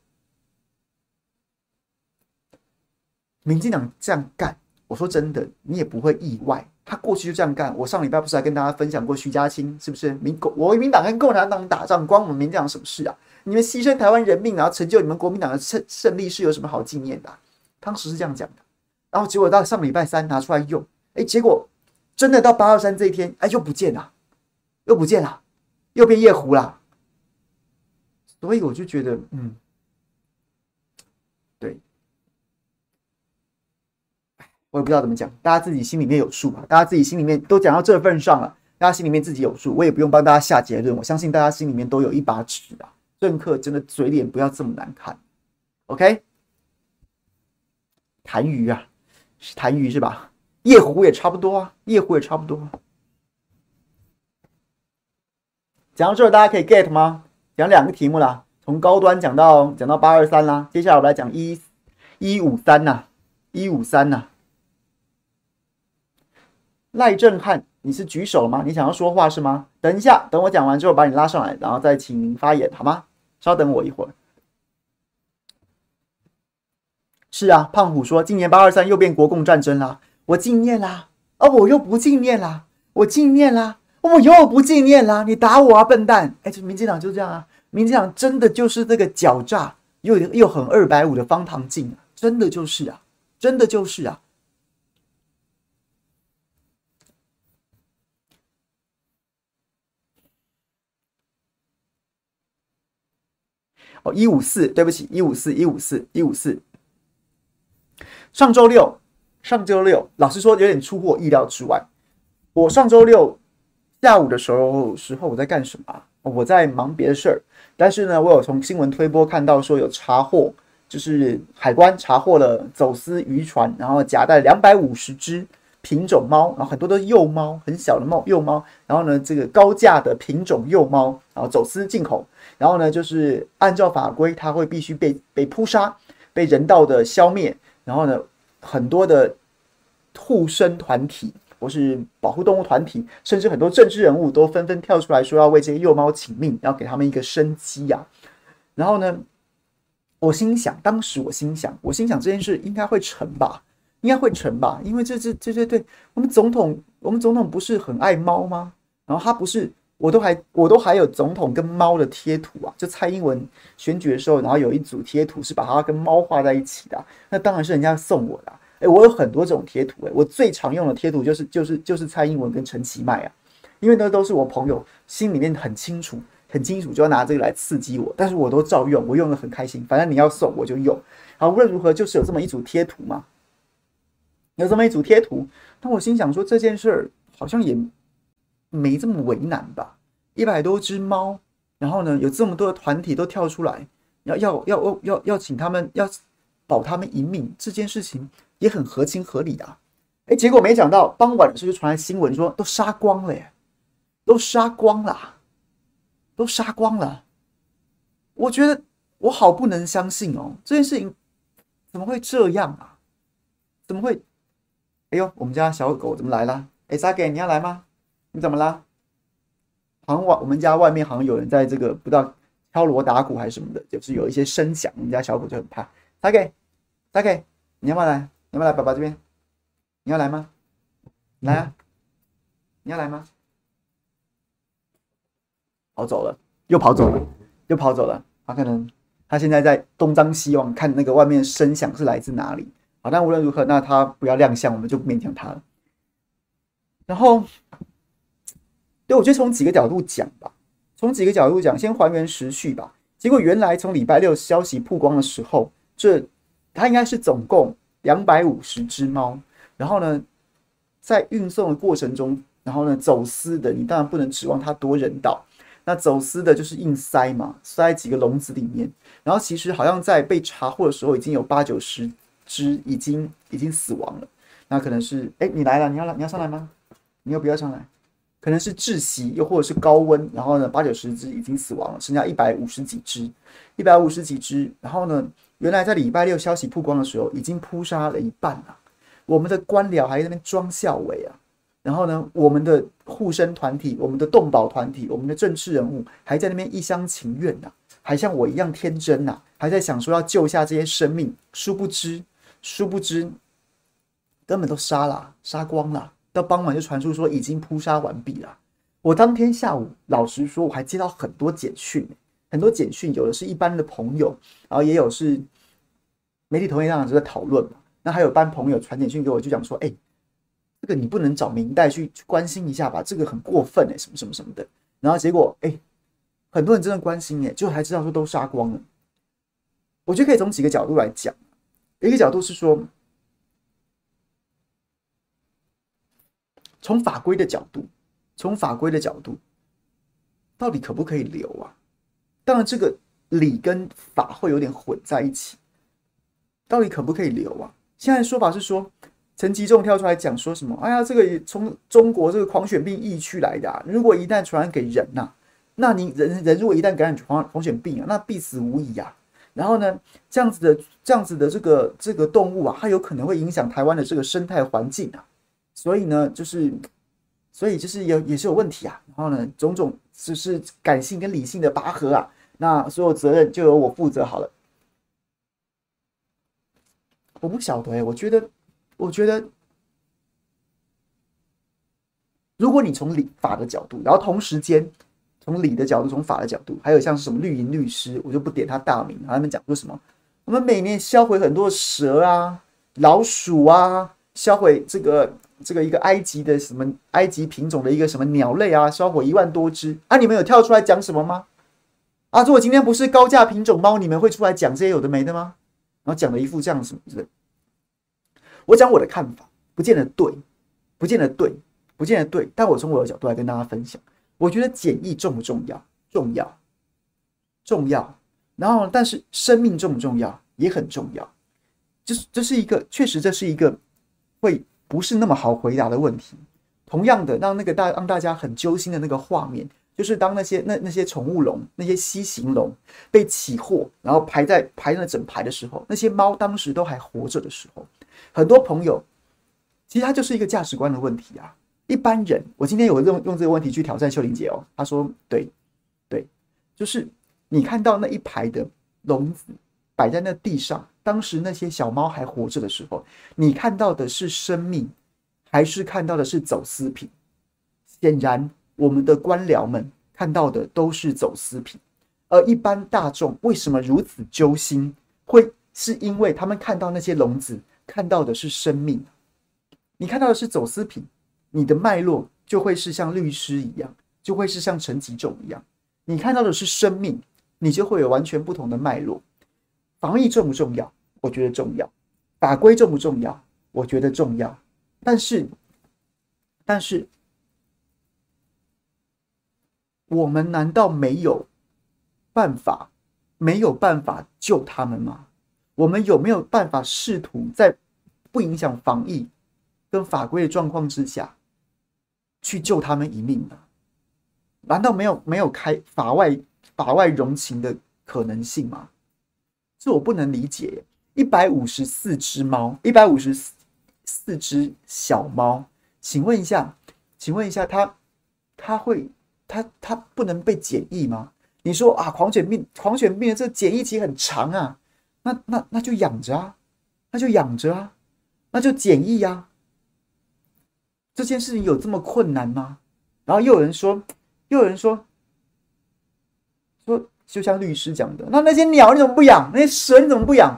民进党这样干，我说真的，你也不会意外。他过去就这样干。我上礼拜不是还跟大家分享过徐家清是不是？国民党跟共产党打仗，关我们民进党什么事啊？你们牺牲台湾人命，然后成就你们国民党的胜利，是有什么好纪念的啊？当时是这样讲的。然后结果到上礼拜三拿出来用，结果真的到823这一天，又不见了，又不见了，又变夜壶了。所以我就觉得，对。我也不知道怎么讲，大家自己心里面有数吧。大家自己心里面都讲到这份上了，大家心里面自己有数，我也不用帮大家下结论。我相信大家心里面都有一把尺啊。政客真的嘴脸不要这么难看 ，OK？ 痰盂啊，是痰盂是吧？夜壶也差不多啊，夜壶也差不多。讲到这儿，大家可以 get 吗？讲2个题目啦，从高端讲到823啦，接下来我来讲153呐，153呐。赖正汉，你是举手了吗？你想要说话是吗？等一下，等我讲完之后把你拉上来，然后再请您发言，好吗？稍等我一会儿。是啊，胖虎说今年823又变国共战争啦，我纪念啦，我又不纪念啦，我纪念啦，我又不纪念啦，你打我啊，笨蛋！这民进党就这样啊，民进党真的就是这个狡诈又很250的方唐镜啊，真的就是啊，真的就是啊。154，对不起，154。上周六，老实说有点出乎我意料之外。我上周六下午的时候我在干什么啊？我在忙别的事儿，但是呢，我有从新闻推播看到说有查获，就是海关查获了走私渔船，然后夹带250只品种猫，然后很多都是幼猫，很小的幼猫，然后呢，这个高价的品种幼猫，然后走私进口，然后呢，就是按照法规，它会必须被扑杀，被人道的消灭，然后呢，很多的护生团体或是保护动物团体，甚至很多政治人物都纷纷跳出来说要为这些幼猫请命，要给他们一个生机啊。然后呢，当时我心想这件事应该会成吧。因为这对我们总统不是很爱猫吗？然后他不是，我都还有总统跟猫的贴图啊，就蔡英文选举的时候，然后有一组贴图是把它跟猫画在一起的，那当然是人家送我的啊。我有很多这种贴图，我最常用的贴图就是蔡英文跟陈其迈啊，因为那都是我朋友心里面很清楚就要拿这个来刺激我，但是我都照用，我用的很开心，反正你要送我就用。好，无论如何就是有这么一组贴图嘛。有这么一组贴图，但我心想说这件事儿好像也没这么为难吧？100多只猫，然后呢有这么多的团体都跳出来，要请他们要保他们一命，这件事情也很合情合理啊。结果没想到傍晚的时候就传来新闻说都杀光了耶，都杀光了。我觉得我好不能相信哦，这件事情怎么会这样啊？怎么会？哎呦，我们家小狗怎么来了？沙给你要来吗？你怎么了？好像我们家外面好像有人在这个不知道敲锣打鼓还是什么的，就是有一些声响，我们家小狗就很怕。沙给，你要不要来？你要不要来爸爸这边？你要来吗？来啊！你要来吗？又跑走了。他现在在东张西望，看那个外面的声响是来自哪里。好，但无论如何，那他不要亮相，我们就不勉强他了。然后，对，我觉得从几个角度讲吧，先还原时序吧。结果原来从礼拜六消息曝光的时候，它应该是总共250只猫。然后呢，在运送的过程中，然后呢走私的，你当然不能指望它多人道。那走私的就是硬塞嘛，塞几个笼子里面。然后其实好像在被查获的时候，已经有80-90只已经死亡了。那可能是你来了，你要上来吗？你又不要上来？可能是窒息，又或者是高温，然后呢80-90只已经死亡了，剩下150几只。然后呢，原来在礼拜六消息曝光的时候，已经扑杀了一半了。我们的官僚还在那边装校委啊， 然后呢，我们的护生团体、我们的动保团体、我们的政治人物还在那边一厢情愿呐、还像我一样天真呐、还在想说要救下这些生命，殊不知根本都杀光了。到傍晚就传出说已经扑杀完毕了。我当天下午，老实说，我还接到很多简讯，有的是一般的朋友，然后也有是媒体同业当时在讨论嘛。那还有班朋友传简讯给我，就讲说，这个你不能找明代去关心一下吧，这个很过分什么什么什么的。然后结果很多人真的关心就还知道说都杀光了。我觉得可以从几个角度来讲，一个角度是说，从法规的角度，到底可不可以留啊？当然，这个理跟法会有点混在一起，到底可不可以留啊？现在说法是说，陈吉仲跳出来讲说什么？哎呀，这个从中国这个狂犬病疫区来的啊，如果一旦传染给人那你人如果一旦感染狂犬病那必死无疑啊。然后呢，这样子的这个动物它有可能会影响台湾的这个生态环境啊。所以呢，所以也是有问题啊。然后呢，种种就是感性跟理性的拔河啊。那所有责任就由我负责好了。我不晓得我觉得，如果你从法的角度，然后同时间从理的角度、从法的角度，还有像是什么绿营律师，我就不点他大名，他们讲说什么，我们每年销毁很多蛇啊、老鼠啊，销毁这个一个埃及的什么埃及品种的一个什么鸟类啊，销毁1万多只啊，你们有跳出来讲什么吗？啊，如果今天不是高价品种猫，你们会出来讲这些有的没的吗？然后讲了一副这样什么之类。我讲我的看法，不见得对，但我从我的角度来跟大家分享。我觉得检疫重不重要？重要。然后，但是生命重不重要？也很重要。这是一个，确实这是一个会不是那么好回答的问题。同样的，让大家很揪心的那个画面，就是当那些宠物笼、那些畸形笼被起货，然后排那整排的时候，那些猫当时都还活着的时候，很多朋友其实它就是一个价值观的问题啊。一般人，我今天有用这个问题去挑战秀玲姐哦，她说对，就是你看到那一排的笼子摆在那地上，当时那些小猫还活着的时候，你看到的是生命，还是看到的是走私品？显然，我们的官僚们看到的都是走私品，而一般大众为什么如此揪心？会是因为他们看到那些笼子，看到的是生命，你看到的是走私品。你的脉络就会是像律师一样，就会是像陈吉仲一样，你看到的是生命，你就会有完全不同的脉络。防疫重不重要？我觉得重要。法规重不重要？我觉得重要。但是，我们难道没有办法救他们吗？我们有没有办法试图在不影响防疫跟法规的状况之下，去救他们一命呢？难道没有开法外容情的可能性吗？这我不能理解。154只猫，154只小猫，请问一下，它不能被检疫吗？你说啊，狂犬病的这检疫期很长啊，那就养着啊，那就检疫啊。这件事情有这么困难吗？然后又有人说，就像律师讲的，那些鸟你怎么不养？那些蛇你怎么不养？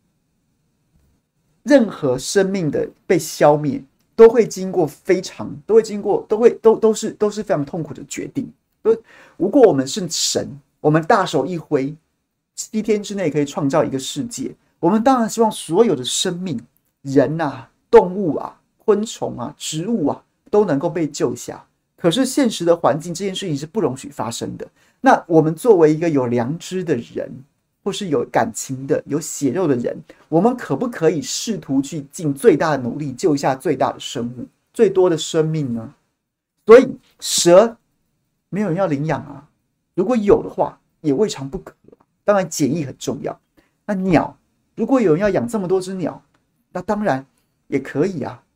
任何生命的被消灭，都会经过都是非常痛苦的决定。如果我们是神，我们大手一挥，7天之内可以创造一个世界，我们当然希望所有的生命，人啊、动物啊、昆虫啊、植物啊都能够被救下。可是现实的环境，这件事情是不容许发生的。那我们作为一个有良知的人，或是有感情的、有血肉的人，我们可不可以试图去尽最大的努力救下最大的生物、最多的生命呢？所以蛇没有人要领养啊，如果有的话，也未尝不可。当然检疫很重要。那鸟，如果有人要养这么多只鸟，那当然也可以啊。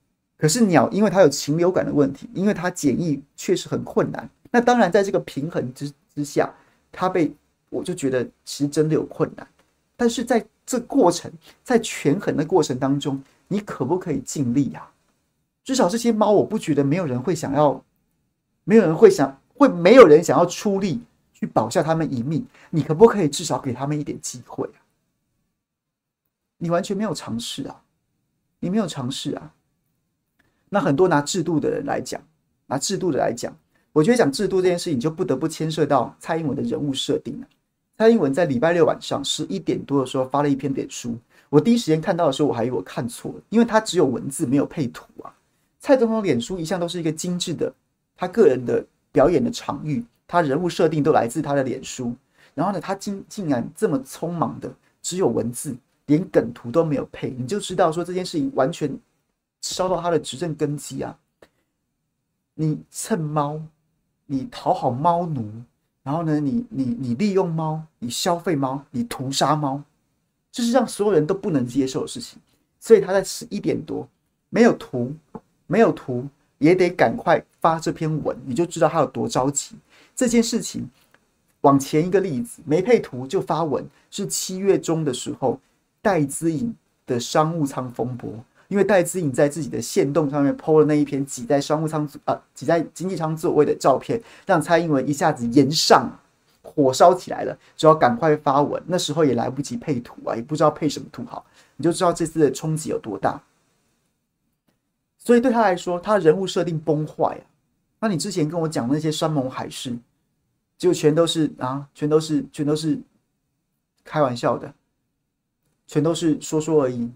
可是鸟因为它有禽流感的问题，因为它检疫确实很困难。那当然在这个平衡之下，我就觉得其实真的有困难。但是在这过程，在权衡的过程当中，你可不可以尽力啊？至少这些猫，我不觉得没有人会想要，没有人想要出力去保下他们一命。你可不可以至少给他们一点机会啊？你完全没有尝试啊！你没有尝试啊！那很多拿制度的人来讲，我觉得讲制度这件事情就不得不牵涉到蔡英文的人物设定了。蔡英文在礼拜六晚上11点多的时候发了一篇脸书，我第一时间看到的时候，我还以为我看错了，因为他只有文字没有配图啊。蔡总统脸书一向都是一个精致的，他个人的表演的场域，他人物设定都来自他的脸书。然后呢，他竟然这么匆忙的，只有文字，连梗图都没有配，你就知道说这件事情完全烧到他的执政根基啊！你蹭猫，你讨好猫奴，然后呢，你利用猫，你消费猫，你屠杀猫，这是让所有人都不能接受的事情。所以他在11点多没有图也得赶快发这篇文，你就知道他有多着急。这件事情往前一个例子，没配图就发文，是7月中的时候戴资颖的商务舱风波。因为戴资颖在自己的限动上面 po 了那一篇挤在挤在经济舱座位的照片，让蔡英文一下子炎上，火烧起来了，就要赶快发文。那时候也来不及配图啊，也不知道配什么图好，你就知道这次的冲击有多大。所以对他来说，他人物设定崩坏啊。那你之前跟我讲那些山盟海誓，就全都是开玩笑的，全都是说说而已。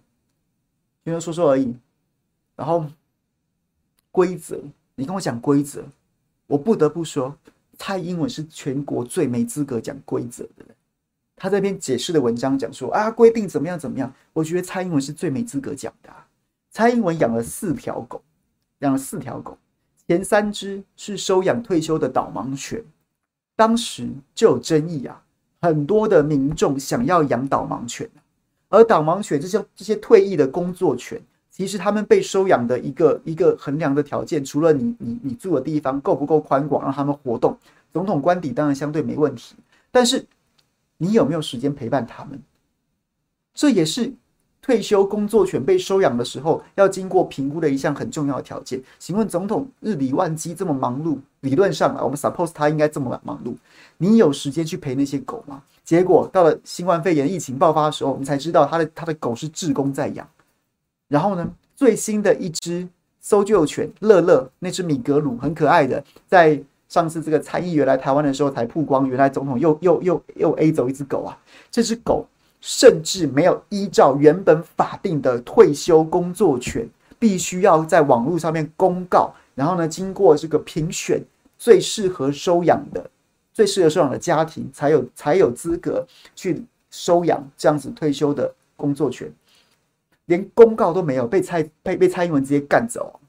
然后规则，你跟我讲规则，我不得不说，蔡英文是全国最没资格讲规则的人。他这篇解释的文章讲说啊，规定怎么样怎么样，我觉得蔡英文是最没资格讲的啊。蔡英文养了4条狗，前3只是收养退休的导盲犬，当时就有争议啊，很多的民众想要养导盲犬。而导盲犬这些退役的工作犬，其实他们被收养的一个衡量的条件，除了你住的地方够不够宽广让他们活动，总统官邸当然相对没问题，但是你有没有时间陪伴他们？这也是退休工作犬被收养的时候要经过评估的一项很重要的条件。请问总统日理万机这么忙碌，理论上我们 suppose 他应该这么忙碌，你有时间去陪那些狗吗？结果到了新冠肺炎疫情爆发的时候，我们才知道他的狗是志工在养。然后呢，最新的一只搜救犬乐乐，那只米格鲁很可爱的，在上次这个参议员来台湾的时候才曝光，原来总统又 A 走一只狗啊！这只狗甚至没有依照原本法定的退休工作权，必须要在网络上面公告，然后呢，经过这个评选最适合收养的家庭才有资格去收养这样子退休的工作犬，连公告都没有，被蔡英文直接干走，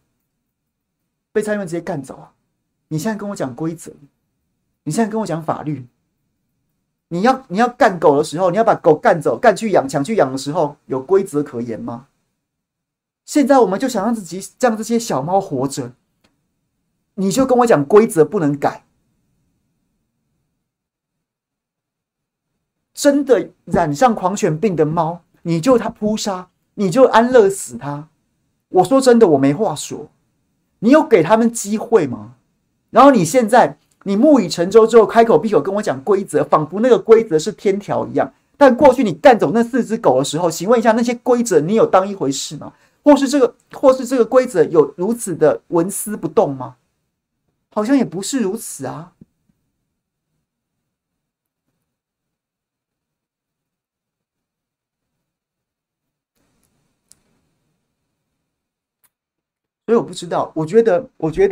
你现在跟我讲规则，你现在跟我讲法律，你要干狗的时候，你要把狗干走，抢去养的时候，有规则可言吗？现在我们就想让这些小猫活着，你就跟我讲规则不能改。真的染上狂犬病的猫，你就它扑杀，你就安乐死它。我说真的，我没话说。你有给他们机会吗？然后你现在你木已成舟之后，开口闭口跟我讲规则，仿佛那个规则是天条一样。但过去你干走那4只狗的时候，请问一下，那些规则你有当一回事吗？或是这个规则有如此的纹丝不动吗？好像也不是如此啊。所以我不知道，我觉得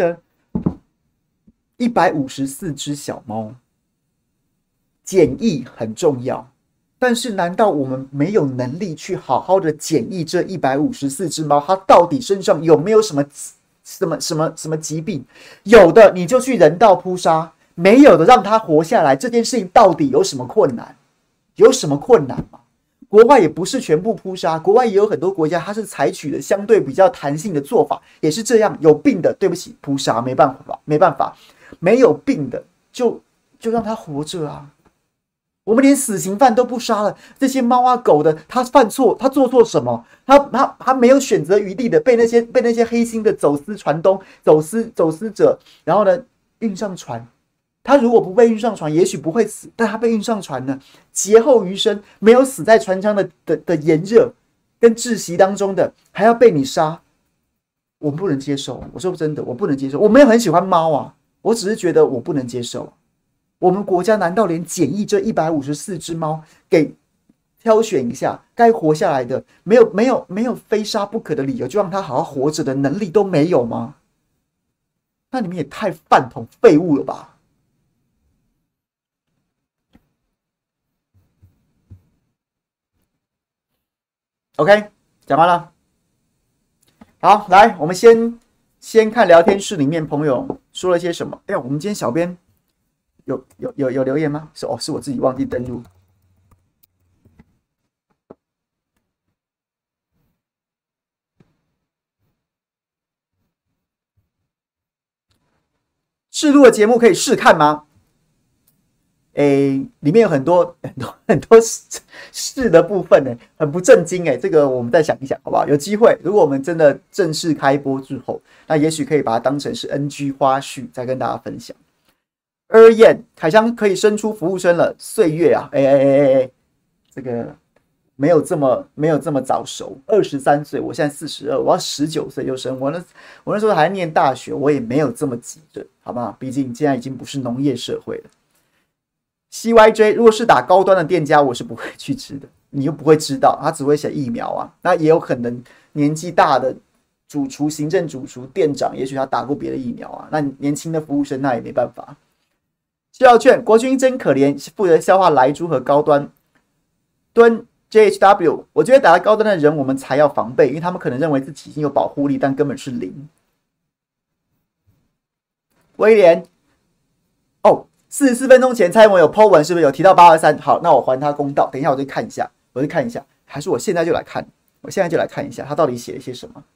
154只小猫检疫很重要，但是难道我们没有能力去好好的检疫这154只猫，它到底身上有没有什么疾病？有的你就去人道扑杀，没有的让它活下来，这件事情到底有什么困难？有什么困难吗？ 国外也不是全部扑杀，国外也有很多国家，它是采取的相对比较弹性的做法，也是这样。有病的，对不起，扑杀，没办法，没办法，没有病的就让他活着啊。我们连死刑犯都不杀了，这些猫啊狗的，他犯错，他做错什么？他没有选择余地的被那些黑心的走私船东、走私者，然后呢运上船。他如果不被运上船，也许不会死，但他被运上船呢，劫后余生，没有死在船舱的炎热跟窒息当中的，还要被你杀，我不能接受。我说真的，我不能接受。我没有很喜欢猫啊，我只是觉得我不能接受。我们国家难道连检疫这154只猫给挑选一下，该活下来的，没有非杀不可的理由，就让它好好活着的能力都没有吗？那你们也太饭桶废物了吧！OK， 讲完了。好，来，我们先看聊天室里面朋友说了些什么。哎呀，我们今天小编有留言吗？是我自己忘记登录。试录的节目可以试看吗？里面有很多事的部分呢，很不正经这个我们再想一想，好不好？有机会，如果我们真的正式开播之后，那也许可以把它当成是 NG 花絮，再跟大家分享。燕，凯翔可以生出服务生了，岁月啊，这个没有这么早熟，23岁，我现在42，我要19岁就生，我那时候还念大学，我也没有这么急着，好不好？毕竟现在已经不是农业社会了。CYJ 如果是打高端的店家，我是不会去吃的，你又不会知道，他只会写疫苗啊。那也有可能年纪大的主厨、行政主厨、店长，也许他打过别的疫苗啊。那年轻的服务生那也没办法。需要劝国军真可怜，负责消化莱猪和高端。蹲 JHW， 我觉得打了高端的人，我们才要防备，因为他们可能认为自己已经有保护力，但根本是零。威廉，哦。44分钟前，蔡英文有 po 文，是不是有提到823？好，那我还他公道。等一下，我再看一下，还是我现在就来看？我现在就来看一下，他到底写了些什么。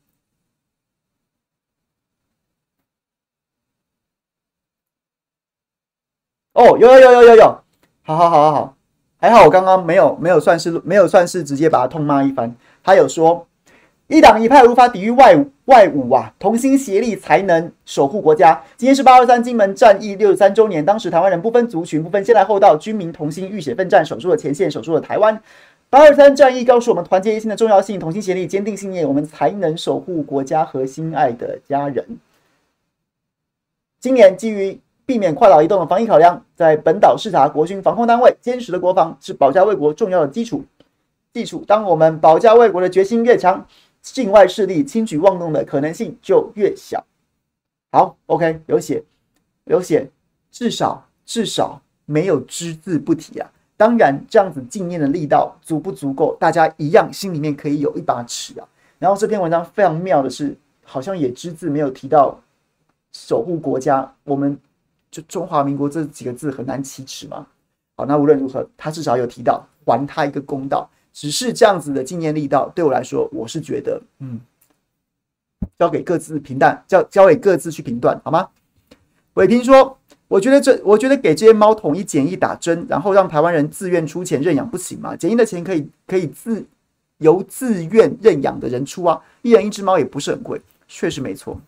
哦，有，好，还好我刚刚没有算是直接把他痛骂一番。他有说，一党一派无法抵御外侮啊，同心协力才能守护国家。今天是823金门战役63周年，当时台湾人不分族群、不分先来后到，军民同心，浴血奋战，守住了前线，守住了台湾。823战役告诉我们团结一心的重要性，同心协力，坚定信念，我们才能守护国家和心爱的家人。今年基于避免跨岛移动的防疫考量，在本岛视察国军防空单位，坚实的国防是保家卫国重要的基础。当我们保家卫国的决心越强，境外势力轻举妄动的可能性就越小。好 ，OK， 有写，至少没有只字不提啊。当然，这样子纪念的力道足不足够，大家一样心里面可以有一把尺啊。然后这篇文章非常妙的是，好像也只字没有提到守护国家，我们就中华民国这几个字很难启齿嘛。好，那无论如何，他至少有提到还他一个公道。只是这样子的纪念力道，对我来说，我是觉得，交给各自评断，交给各自去评断，好吗？伟平说，我觉得给这些猫统一检疫打针，然后让台湾人自愿出钱认养，不行吗？检疫的钱可以由自愿认养的人出啊，一人一只猫也不是很贵，确实没错，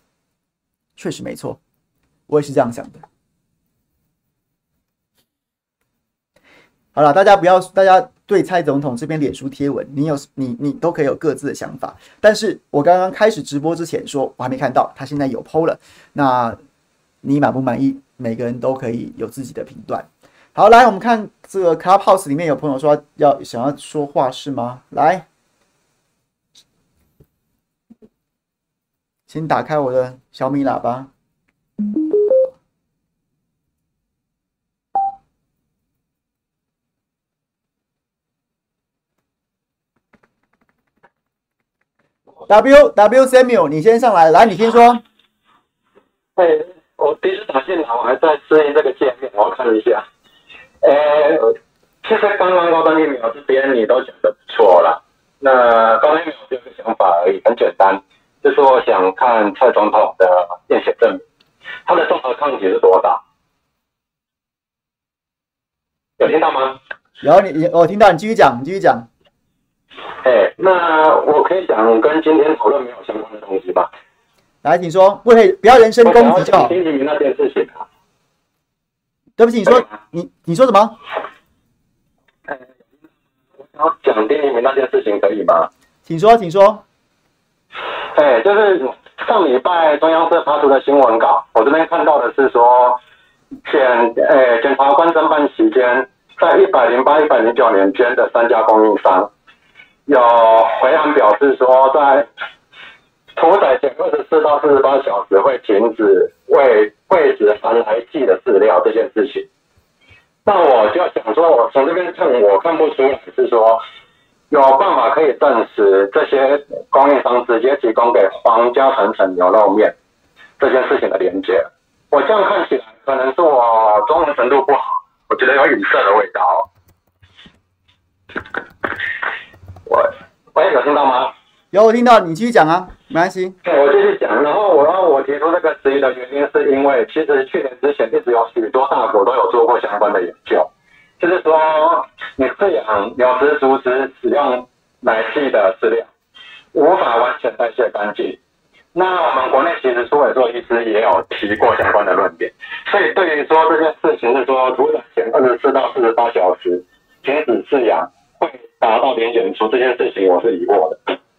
我也是这样想的。好了，大家对蔡总统这边脸书贴文，你都可以有各自的想法。但是我刚刚开始直播之前说，我还没看到，他现在有 po 了。那你满不满意？每个人都可以有自己的评断。好，来我们看这个 Clubhouse 里面有朋友说想要说话是吗？来，先打开我的小米喇叭。W Samuel， 你先上来，来，你先说。 我第一次打进来，我还在适应这个界面，我看了一下。 其实刚刚高端疫苗这边你都讲得不错啦。那高端疫苗只有一个想法而已，很简单，就是我想看蔡总统的验血证明，他的综合抗体是多大？有听到吗？ 有我听到，你继续讲，你继续讲。 那我可以讲跟今天讨论没有相关的东西吧？ 来，请说，不要人身攻击就好。 丁一鸣那件事情啊。 对不起，你说你说什么？ 我想要讲丁一鸣那件事情可以吗？ 请说，请说。 就是上礼拜中央社发出的新闻稿，我这边看到的是说，检察官侦办期间，在108、109年间的3家供应商，有回函表示说，在屠宰前24到48小时会停止喂植含来剂的饲料这件事情。那我就想说，我从这边看，我看不出来是说有办法可以证实这些供应商直接提供给皇家传承牛肉面这件事情的连结。我这样看起来，可能是我中文程度不好，我觉得有语塞的味道。喂，有听到吗？ 有，我听到，你继续讲啊，没关系。 我继续讲，然后我提出这个质疑的原因，是因为其实去年之前一直有许多大国都有做过相关的研究，就是说你饲养牛只、猪只使用奶系的饲料，无法完全代谢干净。那我们国内其实苏伟硕医师也有提过相关的论点，所以对于说这件事情是说屠宰前24到48小时停止饲养会达到零检出这件事情，我是疑惑的。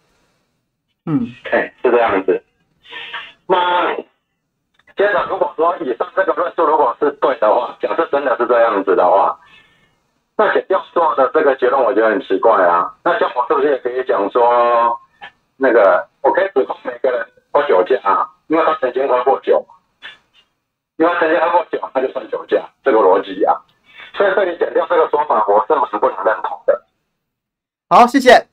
是这样子。那接着如果说以上这个论述如果是对的话，假设真的是这样子的话，那检调做的这个结论我觉得很奇怪啊。那像我是不是也可以讲说，那个我可以指控每个人喝酒驾啊，因为他曾经喝过酒，因为他曾经喝过酒，他就算酒驾，这个逻辑啊。所以对于检调这个说法，我是蛮不能认同的。 好，谢谢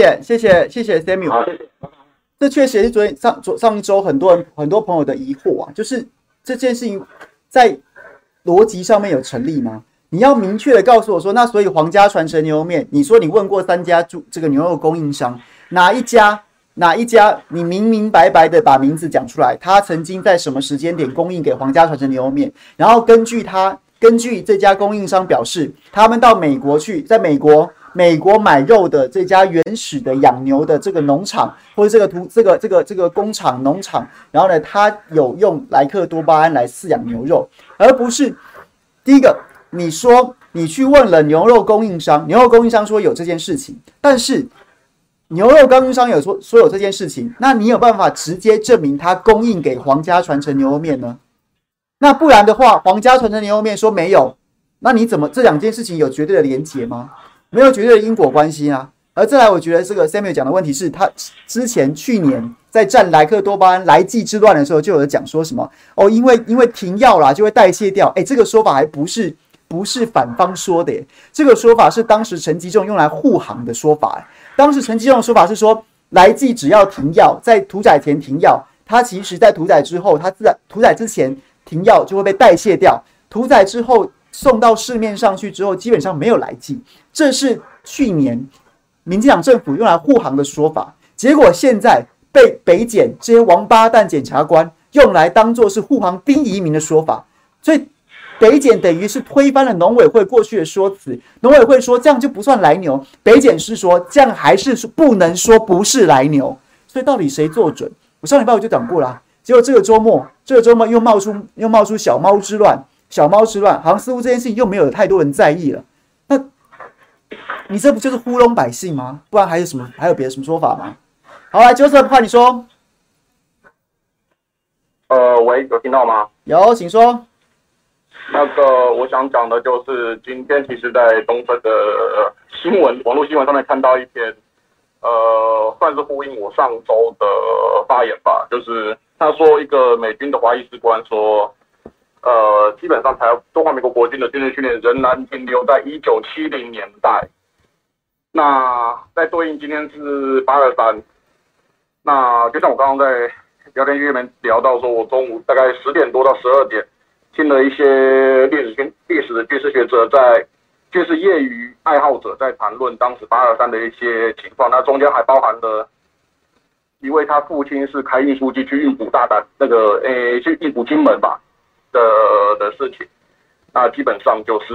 Samuel。 好，谢谢。 这确实也是昨天上一周很多朋友的疑惑啊，就是这件事情在逻辑上面有成立吗？你要明确的告诉我说，那所以皇家传承牛肉面，你说你问过3家这个牛肉供应商，哪一家你明白白的把名字讲出来，他曾经在什么时间点供应给皇家传承牛肉面，然后根据这家供应商表示，他们到美国去，在美国买肉的这家原始的养牛的这个农场，或者这个工厂农场，然后呢，他有用莱克多巴胺来饲养牛肉，而不是第一个，你说你去问了牛肉供应商，牛肉供应商说有这件事情，但是牛肉供应商有说有这件事情，那你有办法直接证明他供应给皇家传承牛肉面呢？那不然的话，皇家传承牛肉面说没有，那你怎么这2件事情有绝对的连结吗？没有绝对的因果关系啊。而再来，我觉得这个 Samuel 讲的问题是，他去年在战莱克多巴胺来剂之乱的时候，就有讲说什么哦，因为停药啦，就会代谢掉。这个说法还不是反方说的耶，这个说法是当时陈吉仲用来护航的说法。当时陈吉仲的说法是说，来剂只要停药，在屠宰前停药，它其实在屠宰之后，它屠宰之前停药就会被代谢掉，屠宰之后送到市面上去之后，基本上没有来剂。这是去年民进党政府用来护航的说法，结果现在被北检这些王八蛋检察官用来当作是护航丁怡铭的说法，所以北检等于是推翻了农委会过去的说辞。农委会说这样就不算来牛，北检是说这样还是不能说不是来牛，所以到底谁做准？我上礼拜我就讲过了，结果这个周末又冒出小猫之乱，好像似乎这件事情又没有太多人在意了。那你这不就是糊弄百姓吗？不然还有别的什么说法吗？好，来，Joseph，换你说。 喂，有听到吗？ 有，请说。 那个，我想讲的就是今天其实，在东森的网络新闻上面看到一篇，算是呼应我上周的发言吧。就是他说，一个美军的华裔士官说，基本上中华民国国军的军事训练仍然停留在1970年代。那在对应今天是823，那就像我刚刚在聊天约里面聊到说，我中午大概10点多到12点听了一些历史的军事学者在就是业余爱好者在谈论当时823的一些情况，那中间还包含了一位他父亲是开运输机去运补大胆去运补金门吧的事情。那基本上就是，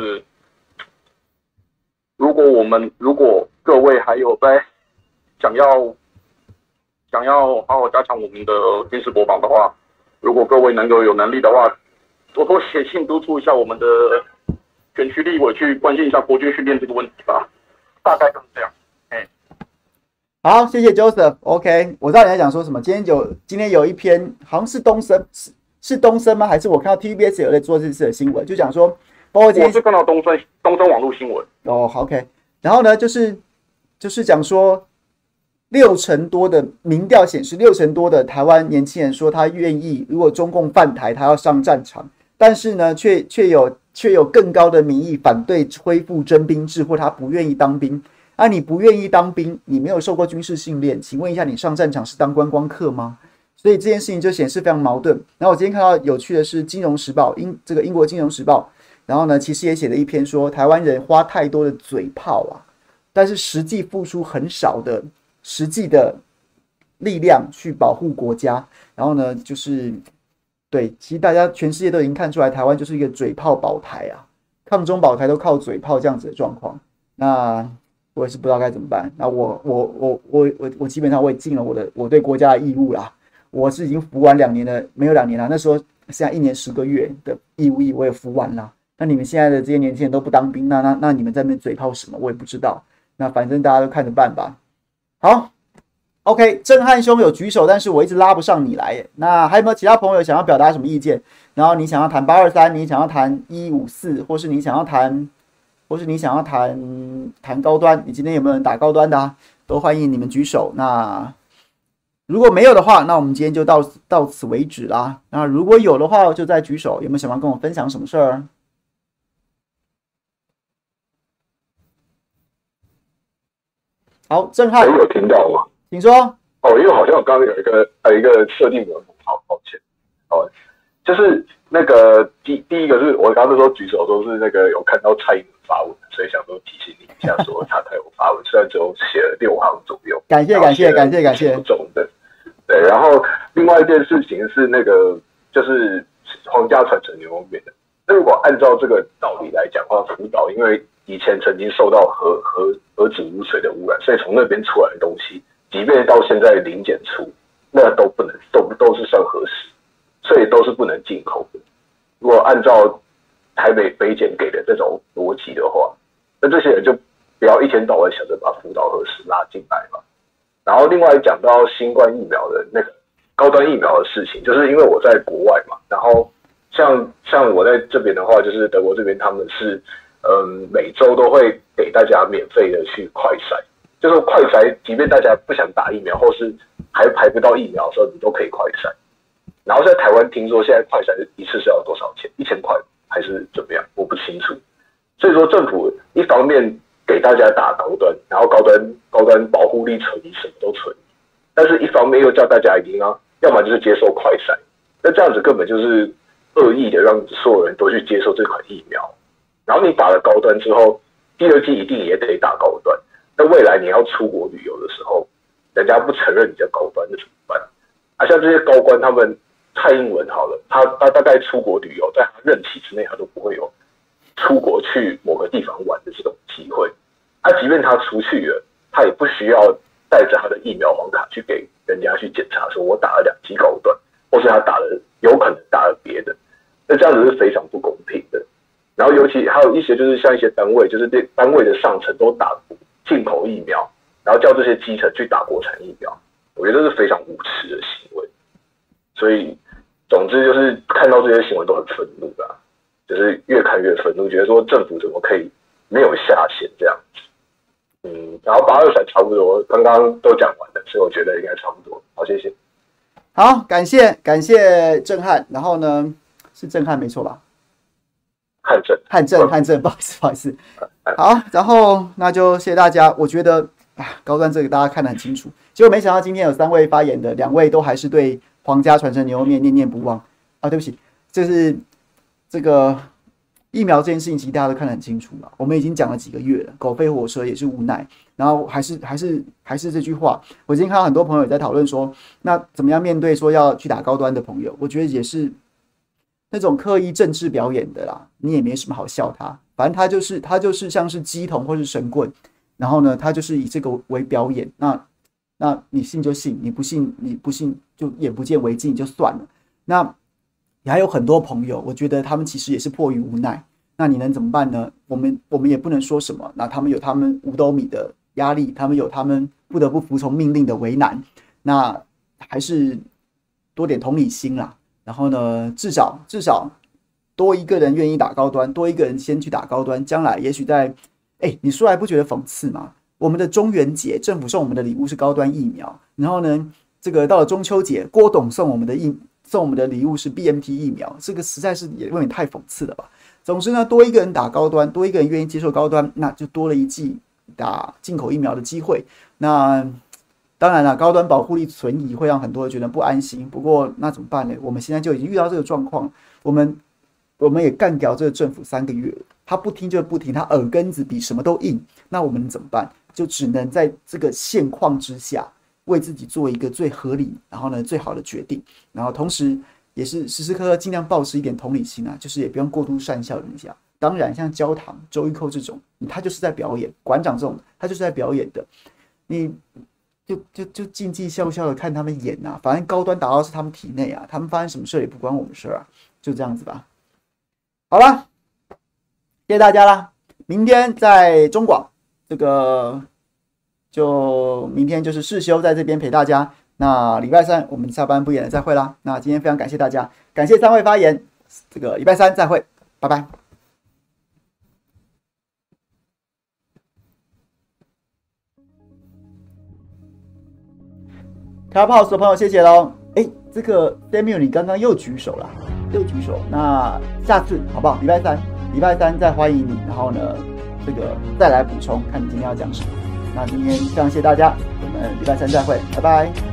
如果各位还有在想要好好加强我们的军事国防的话，如果各位能够有能力的话，多多写信督促一下我们的选区立委去关心一下国军训练这个问题吧。大概就是这样。 好，谢谢 Joseph。OK， 我知道你在讲说什么。今天有一篇，好像是东森，是东森吗？还是我看到 TBS 有在做这次的新闻，就讲说，包括今天我是看到东森网络新闻。 哦 ，OK。然后呢，就是讲说，60%多的民调显示，60%多的台湾年轻人说他愿意，如果中共犯台，他要上战场。但是呢，却有更高的民意反对恢复征兵制，或他不愿意当兵。你不愿意当兵，你没有受过军事训练，请问一下，你上战场是当观光客吗？所以这件事情就显示非常矛盾。然后我今天看到有趣的是，《金融时报》英国《金融时报》，然后呢，其实也写了一篇说，台湾人花太多的嘴炮啊，但是实际付出很少的实际的力量去保护国家。然后呢，就是对，其实大家全世界都已经看出来，台湾就是一个嘴炮保台啊，抗中保台都靠嘴炮这样子的状况。那我也是不知道该怎么办。那我基本上我也尽了我对国家的义务啦。我是已经服完2年了，没有2年了。那时候现在1年10个月的义务我也服完了。那你们现在的这些年轻人都不当兵，那你们在那边嘴炮什么？我也不知道。那反正大家都看着办吧。好 ，OK， 震撼兄有举手，但是我一直拉不上你来耶。那还有没有其他朋友想要表达什么意见？然后你想要谈823，你想要谈154，或是你想要谈高端，你今天有没有人打高端的啊？都欢迎你们举手。那如果没有的话，那我们今天就到此为止啦。那如果有的话，就再举手。有没有想要跟我分享什么事儿？好，震撼。 有听到吗？ 请说。 因为好像我刚刚有一个设定的，好抱歉。就是那个第一个是我刚刚说举手都是那个有看到蔡英文发文，所以想说提醒你一下，说他才有发文，虽然只有写了6行左右。感谢。 重的。对，然后另外一件事情是那个就是皇家传承牛肉面的。那如果按照这个道理来讲的话，福岛因为以前曾经受到核子污水的污染，所以从那边出来的东西，即便到现在零检出，那都不能都是算核食。所以都是不能进口的。如果按照台北北检给的这种逻辑的话，那这些人就不要一天到晚想着把福岛核食拉进来嘛。然后另外讲到新冠疫苗的那个高端疫苗的事情，就是因为我在国外嘛，然后像我在这边的话，就是德国这边他们是每周都会给大家免费的去快筛，就是快筛，即便大家不想打疫苗或是还排不到疫苗的时候，你都可以快筛。然后在台湾听说现在快筛一次是要多少钱？1000块还是怎么样？我不清楚。所以说政府一方面给大家打高端，然后高端保护力存疑，什么都存疑，但是一方面又叫大家一定要么就是接受快筛，那这样子根本就是恶意的让所有人都去接受这款疫苗。然后你打了高端之后，第2剂一定也得打高端。那未来你要出国旅游的时候，人家不承认你叫高端，那怎么办？像这些高官他们。蔡英文好了，他大概出国旅游，在他任期之内，他都不会有出国去某个地方玩的这种机会。即便他出去了，他也不需要带着他的疫苗黄卡去给人家去检查，说我打了2剂高端，或是他有可能打了别的，那这样子是非常不公平的。然后尤其还有一些就是像一些单位，就是单位的上层都打进口疫苗，然后叫这些基层去打国产疫苗，我觉得这是非常无耻的行为。所以，总之就是看到这些新闻都很愤怒啦，就是越看越愤怒，觉得说政府怎么可以没有下限这样子。然后823差不多，刚刚都讲完了，所以我觉得应该差不多。好，谢谢。 好，感谢震撼。然后呢，是震撼没错吧？汉正，不好意思。好，然后那就谢谢大家。我觉得高端这个大家看得很清楚，结果没想到今天有3位发言的，2位都还是对皇家传承牛肉面念念不忘啊！对不起，就是这个疫苗这件事情，其实大家都看得很清楚了。我们已经讲了几个月了，狗飞火车也是无奈。然后还是这句话，我今天看到很多朋友也在讨论说，那怎么样面对说要去打高端的朋友？我觉得也是那种刻意政治表演的啦，你也没什么好笑他。反正他就是像是鸡童或是神棍，然后呢，他就是以这个为表演。那你信就信，你不信就眼不见为净就算了。那也还有很多朋友，我觉得他们其实也是迫于无奈。那你能怎么办呢？我们也不能说什么。那他们有他们五斗米的压力，他们有他们不得不服从命令的为难。那还是多点同理心啦。然后呢，至少多一个人愿意打高端，多一个人先去打高端，将来也许在你说来不觉得讽刺吗？我们的中元节，政府送我们的礼物是高端疫苗，然后呢，这个到了中秋节，郭董送我们的礼物是 BNT 疫苗，这个实在是也有点太讽刺了吧。总之呢，多一个人打高端，多一个人愿意接受高端，那就多了一剂打进口疫苗的机会。那当然了，高端保护力存疑会让很多人觉得不安心。不过那怎么办呢？我们现在就已经遇到这个状况，我们也干掉这个政府3个月了，他不听就不听，他耳根子比什么都硬。那我们能怎么办？就只能在这个现况之下，为自己做一个最合理，然后呢最好的决定。然后同时也是时时刻刻尽量保持一点同理心啊，就是也不用过度善笑人家。当然，像焦糖、周玉蔻这种，他就是在表演；馆长这种，他就是在表演的。你就静静笑笑的看他们演啊，反正高端打到是他们体内啊，他们发生什么事也不关我们事啊，就这样子吧。好了，谢谢大家啦。明天在中广，这个就明天就是世修在这边陪大家。那礼拜三我们下班不演了，再会啦。那今天非常感谢大家，感谢3位发言，这个礼拜三再会，拜拜。Clubhouse 的朋友谢谢咯。这个 Samuel 你刚刚又举手了，那下次好不好？礼拜三再欢迎你，然后呢，这个再来补充，看你今天要讲什么。那今天非常谢谢大家，我们礼拜三再会，拜拜。